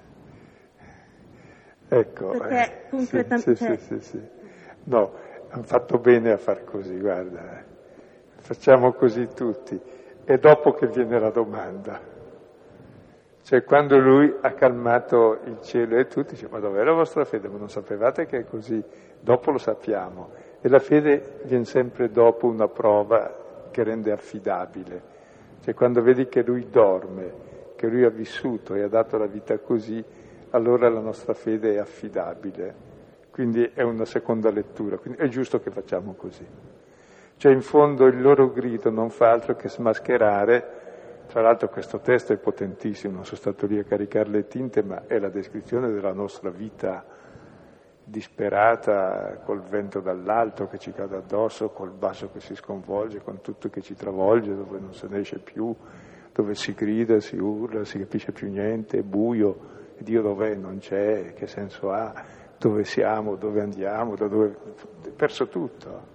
Ecco, perché concretamente... Sì. No, hanno fatto bene a far così, guarda. Facciamo così tutti. E dopo che viene la domanda. Cioè quando lui ha calmato il cielo e tutti, dice: ma dov'è la vostra fede? Ma non sapevate che è così? Dopo lo sappiamo. E la fede viene sempre dopo una prova che rende affidabile. Cioè quando vedi che lui dorme, che lui ha vissuto e ha dato la vita così, allora la nostra fede è affidabile. Quindi è una seconda lettura, quindi è giusto che facciamo così. Cioè in fondo il loro grido non fa altro che smascherare. Tra l'altro questo testo è potentissimo, non sono stato lì a caricare le tinte, ma è la descrizione della nostra vita disperata, col vento dall'alto che ci cade addosso, col basso che si sconvolge, con tutto che ci travolge, dove non se ne esce più, dove si grida, si urla, si capisce più niente, è buio, e Dio dov'è? Non c'è, che senso ha? Dove siamo? Dove andiamo? Da dove... perso tutto.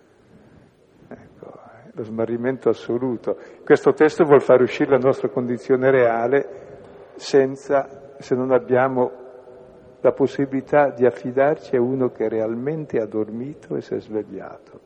Lo smarrimento assoluto. Questo testo vuol far uscire la nostra condizione reale se non abbiamo la possibilità di affidarci a uno che realmente ha dormito e si è svegliato,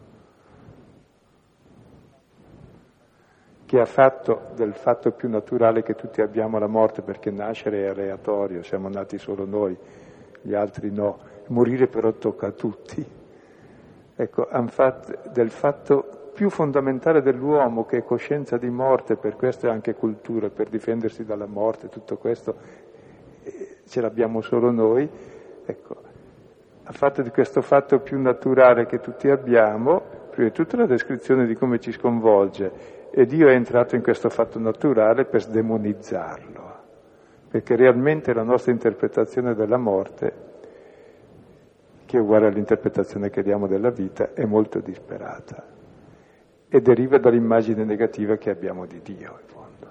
che ha fatto del fatto più naturale che tutti abbiamo la morte, perché nascere è aleatorio, siamo nati solo noi, gli altri no, morire però tocca a tutti. Ecco, hanno fatto del fatto più fondamentale dell'uomo, che è coscienza di morte, per questo è anche cultura, per difendersi dalla morte, tutto questo ce l'abbiamo solo noi, ecco, ha fatto di questo fatto più naturale che tutti abbiamo, prima di tutto la descrizione di come ci sconvolge, e Dio è entrato in questo fatto naturale per sdemonizzarlo, perché realmente la nostra interpretazione della morte, che è uguale all'interpretazione che diamo della vita, è molto disperata. E deriva dall'immagine negativa che abbiamo di Dio, in fondo.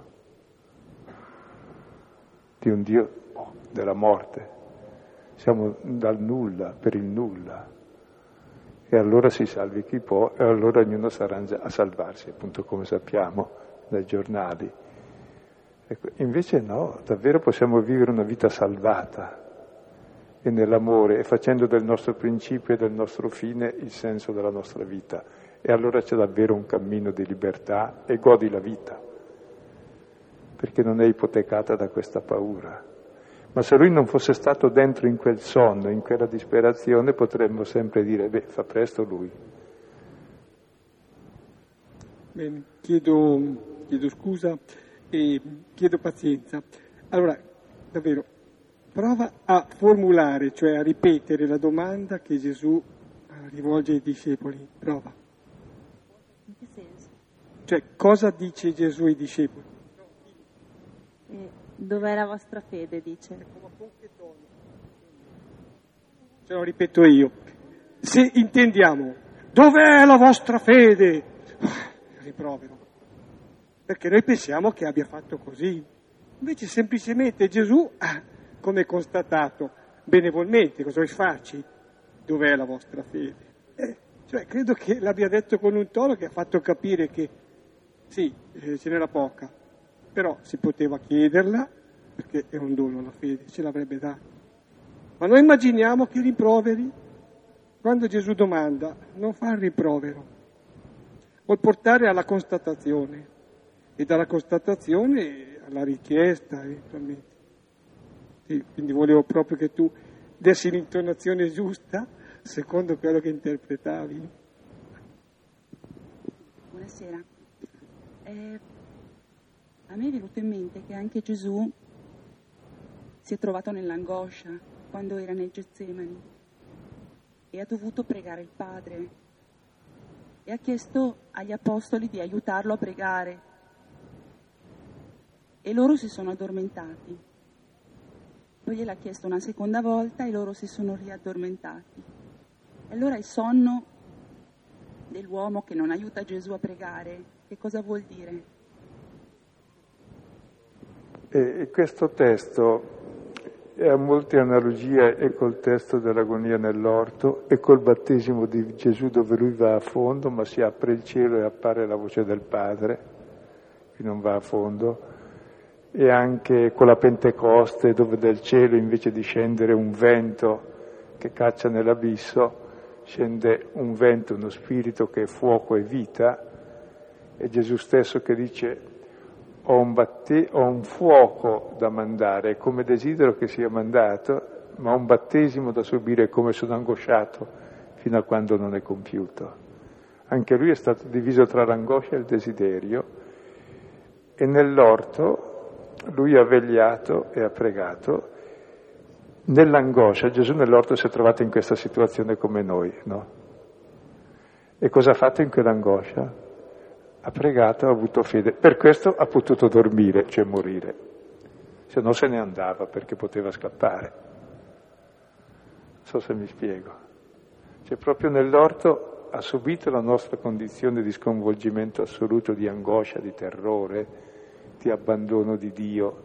Di un Dio della morte. Siamo dal nulla, per il nulla. E allora si salvi chi può, e allora ognuno si arrangia a salvarsi, appunto come sappiamo dai giornali. Ecco, invece no, davvero possiamo vivere una vita salvata, e nell'amore, e facendo del nostro principio e del nostro fine il senso della nostra vita. e allora c'è davvero un cammino di libertà e godi la vita, perché non è ipotecata da questa paura. Ma se lui non fosse stato dentro in quel sonno, in quella disperazione, potremmo sempre dire, fa presto lui. Bene, chiedo scusa e chiedo pazienza. Allora, davvero, prova a formulare, cioè a ripetere la domanda che Gesù rivolge ai discepoli. Prova. In che senso? Cioè, cosa dice Gesù ai discepoli? Dov'è la vostra fede, dice. Ce lo ripeto io. Se intendiamo, dov'è la vostra fede? Rimprovero. Perché noi pensiamo che abbia fatto così. Invece semplicemente Gesù ha, come constatato, benevolmente, cosa vuoi farci? Dov'è la vostra fede? Cioè, credo che l'abbia detto con un tono che ha fatto capire che sì, ce n'era poca, però si poteva chiederla, perché è un dono la fede, ce l'avrebbe data. Ma noi immaginiamo che rimproveri, quando Gesù domanda, non fa il rimprovero, vuol portare alla constatazione, e dalla constatazione alla richiesta eventualmente. Sì, quindi volevo proprio che tu dessi l'intonazione giusta, secondo quello che interpretavi. Buonasera. A me è venuto in mente che anche Gesù si è trovato nell'angoscia quando era nel Getsemani e ha dovuto pregare il Padre e ha chiesto agli apostoli di aiutarlo a pregare e loro si sono addormentati. Poi gliel'ha chiesto una seconda volta e loro si sono riaddormentati. E allora il sonno dell'uomo che non aiuta Gesù a pregare, che cosa vuol dire? E questo testo ha molte analogie e col testo dell'agonia nell'orto e col battesimo di Gesù dove lui va a fondo ma si apre il cielo e appare la voce del Padre, che non va a fondo, e anche con la Pentecoste dove dal cielo invece di scendere un vento che caccia nell'abisso scende un vento, uno spirito che è fuoco e vita, e Gesù stesso che dice ho un fuoco da mandare, come desidero che sia mandato, ma un battesimo da subire come sono angosciato fino a quando non è compiuto. Anche lui è stato diviso tra l'angoscia e il desiderio, e nell'orto lui ha vegliato e ha pregato. Nell'angoscia, Gesù nell'orto si è trovato in questa situazione come noi, no? E cosa ha fatto in quell'angoscia? Ha pregato, ha avuto fede, per questo ha potuto dormire, cioè morire, se no se ne andava perché poteva scappare. Non so se mi spiego. Cioè proprio nell'orto ha subito la nostra condizione di sconvolgimento assoluto, di angoscia, di terrore, di abbandono di Dio,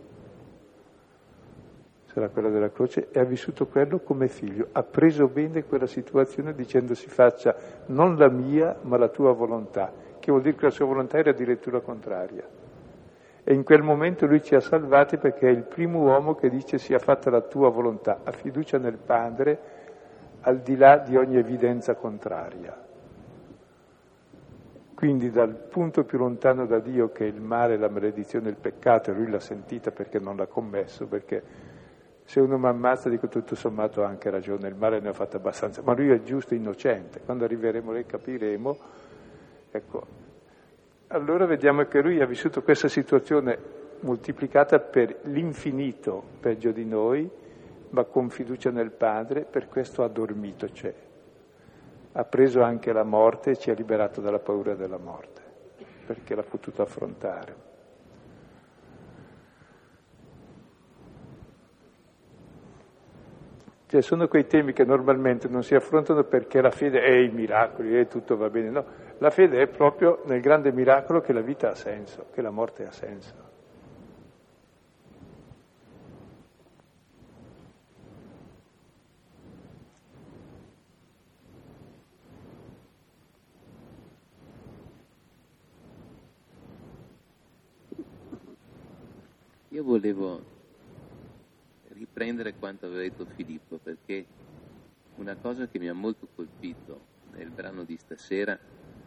sarà quella della croce, e ha vissuto quello come figlio, ha preso bene quella situazione dicendo si faccia non la mia ma la tua volontà, che vuol dire che la sua volontà era addirittura contraria. E in quel momento lui ci ha salvati perché è il primo uomo che dice sia fatta la tua volontà, ha fiducia nel Padre al di là di ogni evidenza contraria. Quindi dal punto più lontano da Dio, che è il male, la maledizione, il peccato, e lui l'ha sentita perché non l'ha commesso, perché se uno mi ammazza dico tutto sommato ha anche ragione, il male ne ha fatto abbastanza, ma lui è giusto e innocente, quando arriveremo lì capiremo. Ecco, allora vediamo che lui ha vissuto questa situazione moltiplicata per l'infinito peggio di noi, ma con fiducia nel Padre, per questo ha dormito, cioè ha preso anche la morte e ci ha liberato dalla paura della morte, perché l'ha potuto affrontare. Cioè sono quei temi che normalmente non si affrontano perché la fede è i miracoli e tutto va bene, no, la fede è proprio nel grande miracolo che la vita ha senso, che la morte ha senso. Io volevo riprendere quanto aveva detto Filippo, perché una cosa che mi ha molto colpito nel brano di stasera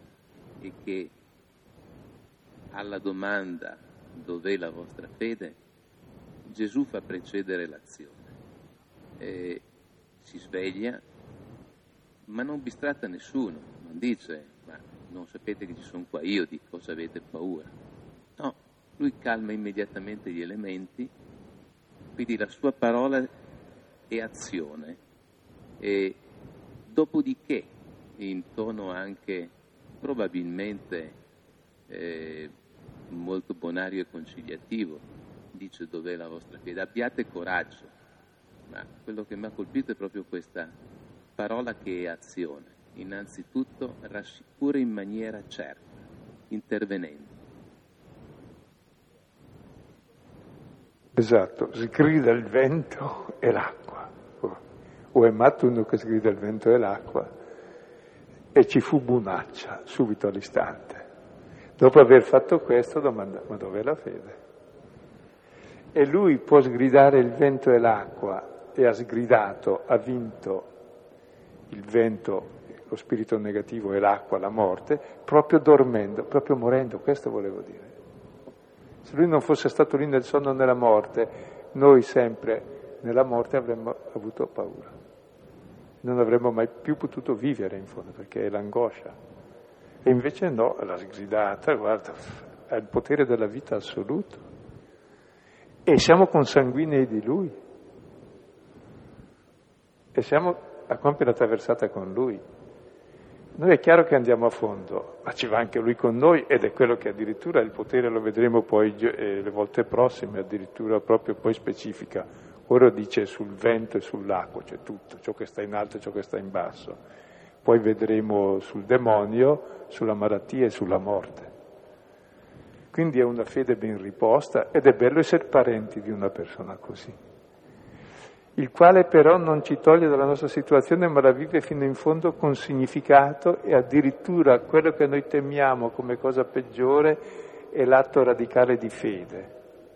è che alla domanda dov'è la vostra fede, Gesù fa precedere l'azione. Si sveglia, ma non bistratta nessuno, non dice ma non sapete che ci sono qua io, di cosa avete paura? No, lui calma immediatamente gli elementi, quindi la sua parola è azione. E dopodiché, in tono anche probabilmente molto bonario e conciliativo, dice dov'è la vostra fede, abbiate coraggio, ma quello che mi ha colpito è proprio questa parola che è azione, innanzitutto rassicura in maniera certa, intervenendo. Esatto, sgrida il vento e l'acqua, o è matto uno che sgrida il vento e l'acqua, e ci fu bunaccia subito all'istante. Dopo aver fatto questo domanda, ma dov'è la fede? E lui può sgridare il vento e l'acqua, e ha sgridato, ha vinto il vento, lo spirito negativo e l'acqua, la morte, proprio dormendo, proprio morendo, questo volevo dire. Se lui non fosse stato lì nel sonno e nella morte, noi sempre nella morte avremmo avuto paura. Non avremmo mai più potuto vivere in fondo, perché è l'angoscia. E invece no, l'ha sgridata, guarda, ha il potere della vita assoluto. E siamo consanguinei di lui. E siamo a compiere la traversata con lui. Noi è chiaro che andiamo a fondo, ma ci va anche lui con noi, ed è quello che addirittura il potere, lo vedremo poi le volte prossime, addirittura proprio poi specifica. Ora dice sul vento e sull'acqua, cioè tutto, ciò che sta in alto e ciò che sta in basso. Poi vedremo sul demonio, sulla malattia e sulla morte. Quindi è una fede ben riposta, ed è bello essere parenti di una persona così, il quale però non ci toglie dalla nostra situazione, ma la vive fino in fondo con significato, e addirittura quello che noi temiamo come cosa peggiore è l'atto radicale di fede,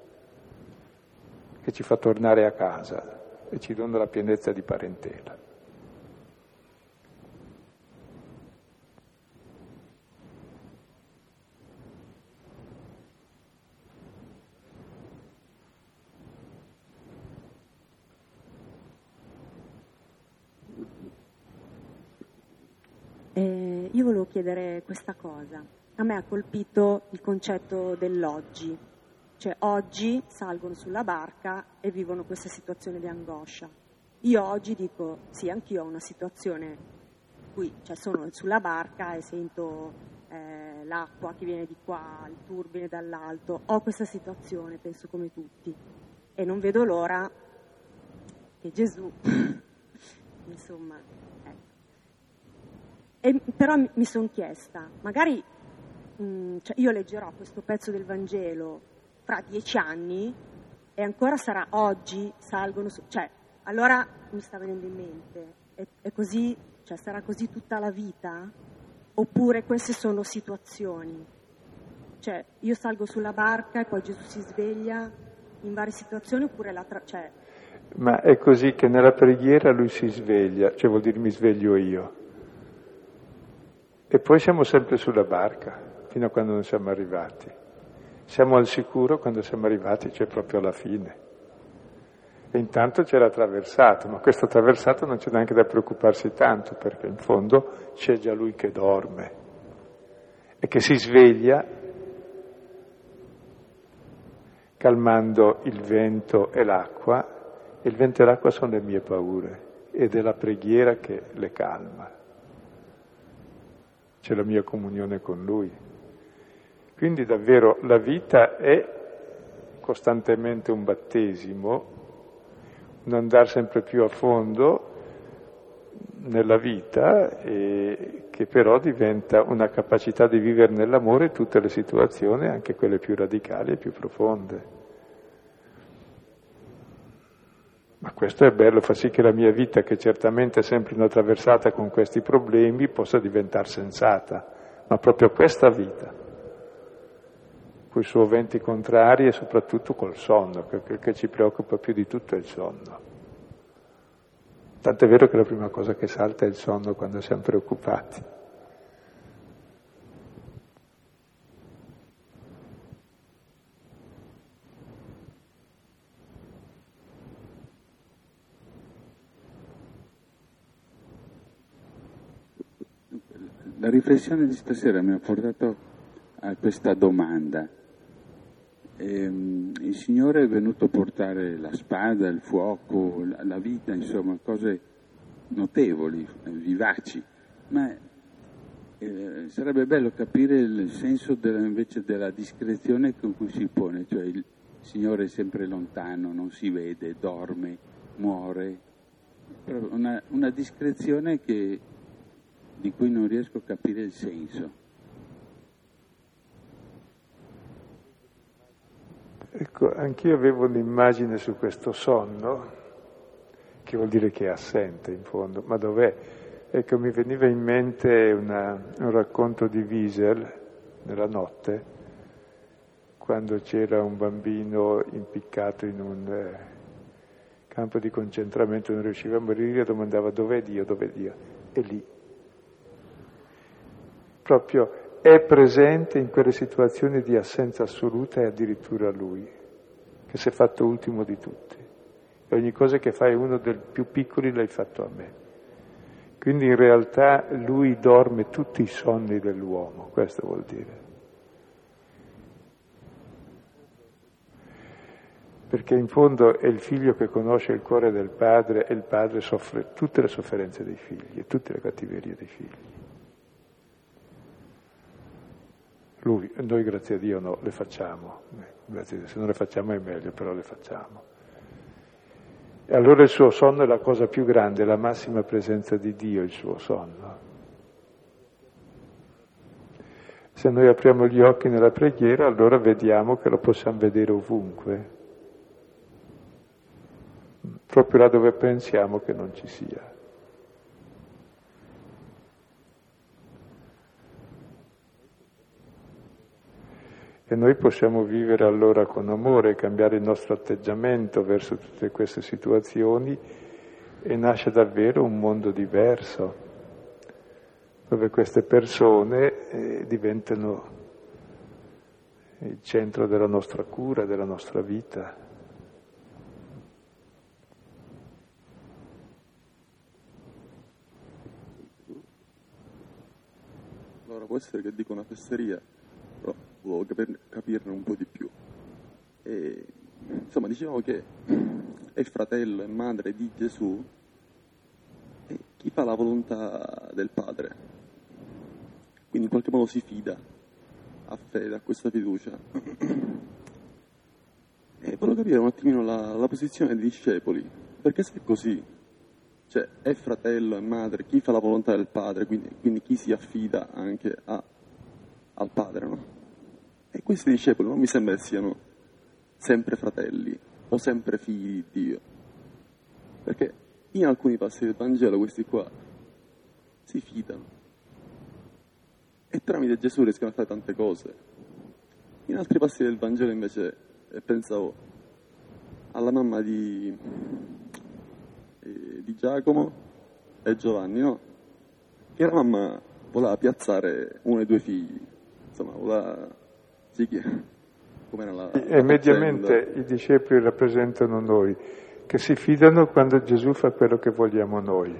che ci fa tornare a casa e ci dona la pienezza di parentela. Io volevo chiedere questa cosa. A me ha colpito il concetto dell'oggi, cioè oggi salgono sulla barca e vivono questa situazione di angoscia. Io oggi dico, sì, anch'io ho una situazione qui, cioè sono sulla barca e sento l'acqua che viene di qua, il turbine dall'alto, ho questa situazione, penso come tutti, e non vedo l'ora che Gesù, insomma, però mi sono chiesta, magari cioè io leggerò questo pezzo del Vangelo fra 10 anni e ancora sarà oggi, salgono su, cioè allora mi sta venendo in mente, è così, cioè sarà così tutta la vita? Oppure queste sono situazioni? Cioè io salgo sulla barca e poi Gesù si sveglia in varie situazioni, oppure cioè... Ma è così che nella preghiera lui si sveglia, cioè vuol dire mi sveglio io. E poi siamo sempre sulla barca, fino a quando non siamo arrivati. Siamo al sicuro quando siamo arrivati, cioè proprio alla fine. E intanto c'è la traversata, ma questa traversata non c'è neanche da preoccuparsi tanto, perché in fondo c'è già lui che dorme e che si sveglia calmando il vento e l'acqua, e il vento e l'acqua sono le mie paure, ed è la preghiera che le calma. C'è la mia comunione con lui. Quindi davvero la vita è costantemente un battesimo, un andare sempre più a fondo nella vita, e che però diventa una capacità di vivere nell'amore tutte le situazioni, anche quelle più radicali e più profonde. Ma questo è bello, fa sì che la mia vita, che certamente è sempre una traversata con questi problemi, possa diventare sensata, ma proprio questa vita, con i suoi venti contrari e soprattutto col sonno, che quel che ci preoccupa più di tutto è il sonno. Tanto è vero che la prima cosa che salta è il sonno quando siamo preoccupati. La riflessione di stasera mi ha portato a questa domanda. Il Signore è venuto a portare la spada, il fuoco, la vita, insomma, cose notevoli, vivaci, ma sarebbe bello capire il senso invece della discrezione con cui si pone, cioè il Signore è sempre lontano, non si vede, dorme, muore, una discrezione di cui non riesco a capire il senso. Ecco, anch'io avevo un'immagine su questo sonno, che vuol dire che è assente in fondo, ma dov'è? Ecco, mi veniva in mente un racconto di Wiesel, nella notte, quando c'era un bambino impiccato in un campo di concentramento, non riusciva a morire, domandava dov'è Dio, dov'è Dio? È lì. Proprio è presente in quelle situazioni di assenza assoluta e addirittura Lui, che si è fatto ultimo di tutti. E ogni cosa che fai uno dei più piccoli l'hai fatto a me. Quindi in realtà Lui dorme tutti i sonni dell'uomo, questo vuol dire. Perché in fondo è il figlio che conosce il cuore del padre e il padre soffre tutte le sofferenze dei figli e tutte le cattiverie dei figli. Noi grazie a Dio no, le facciamo, grazie a Dio, se non le facciamo è meglio, però le facciamo. E allora il suo sonno è la cosa più grande, la massima presenza di Dio, il suo sonno. Se noi apriamo gli occhi nella preghiera, allora vediamo che lo possiamo vedere ovunque, proprio là dove pensiamo che non ci sia. E noi possiamo vivere allora con amore, cambiare il nostro atteggiamento verso tutte queste situazioni e nasce davvero un mondo diverso, dove queste persone diventano il centro della nostra cura, della nostra vita. Allora può essere che dico una fesseria, però volevo capirne un po' di più. E, insomma, dicevamo che è fratello e madre di Gesù e chi fa la volontà del Padre, quindi in qualche modo si fida, ha fede, ha questa fiducia. E volevo capire un attimino la posizione dei discepoli, perché se è così, cioè è fratello e madre, chi fa la volontà del Padre, quindi chi si affida anche al Padre, no? E questi discepoli non mi sembra che siano sempre fratelli o sempre figli di Dio, perché in alcuni passi del Vangelo questi qua si fidano e tramite Gesù riescono a fare tante cose. In altri passi del Vangelo invece pensavo alla mamma di Giacomo e Giovanni, no? Che la mamma voleva piazzare uno dei due figli, insomma voleva... Sì, e mediamente i discepoli rappresentano noi, che si fidano quando Gesù fa quello che vogliamo noi.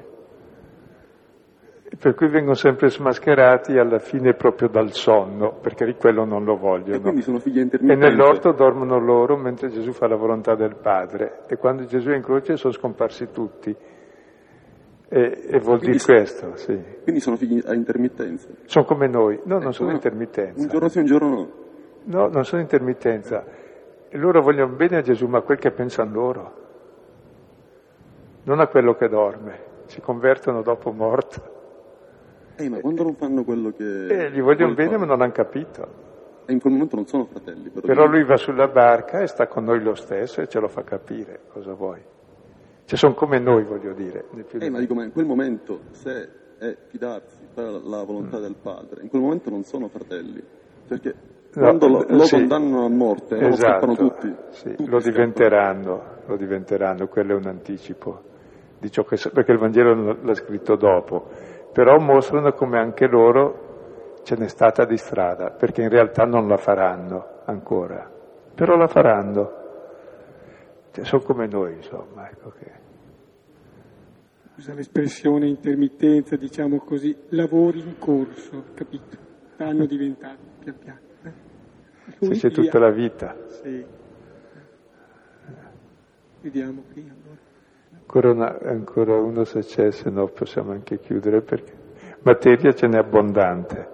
Per cui vengono sempre smascherati alla fine proprio dal sonno, perché di quello non lo vogliono. E quindi sono figli intermittenti. E nell'orto dormono loro mentre Gesù fa la volontà del Padre. E quando Gesù è in croce sono scomparsi tutti. E vuol dire questo, sì. Quindi sono figli a intermittenza. Sono come noi. No, non sono intermittenza. Un giorno sì, un giorno no. No, non sono intermittenza. E loro vogliono bene a Gesù, ma quel che pensano loro. Non a quello che dorme. Si convertono dopo morto. Ma quando non fanno quello che... gli vogliono bene, ma non hanno capito. E in quel momento non sono fratelli. Però lui va sulla barca e sta con noi lo stesso e ce lo fa capire cosa vuoi. Cioè sono come noi, voglio dire. Ma dico, ma in quel momento, se è fidarsi per la volontà del Padre, in quel momento non sono fratelli. Perché quando lo condannano a morte, lo scappano tutti. Sì, tutti lo diventeranno, quello è un anticipo di ciò che... Perché il Vangelo l'ha scritto dopo. Però mostrano come anche loro ce n'è stata di strada, perché in realtà non la faranno ancora, però la faranno. Cioè, sono come noi, insomma, ecco che... scusa l'espressione intermittenza, diciamo così, lavori in corso, capito? Stanno diventando pian piano. Se c'è tutta la vita. Sì. Vediamo qui allora. Ancora uno se c'è, se no possiamo anche chiudere, perché materia ce n'è abbondante.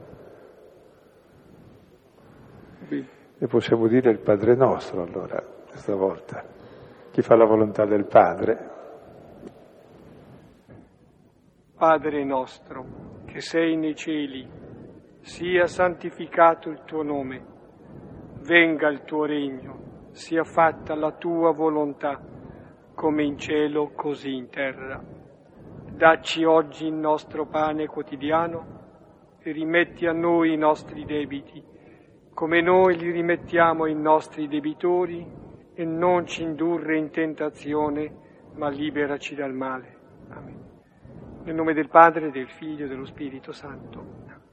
Bene. E possiamo dire il Padre nostro allora, questa volta. Chi fa la volontà del Padre? Padre nostro, che sei nei cieli, sia santificato il tuo nome, venga il tuo regno, sia fatta la tua volontà, come in cielo così in terra. Dacci oggi il nostro pane quotidiano e rimetti a noi i nostri debiti, come noi li rimettiamo ai nostri debitori, e non ci indurre in tentazione, ma liberaci dal male. Amen. Nel nome del Padre, del Figlio e dello Spirito Santo.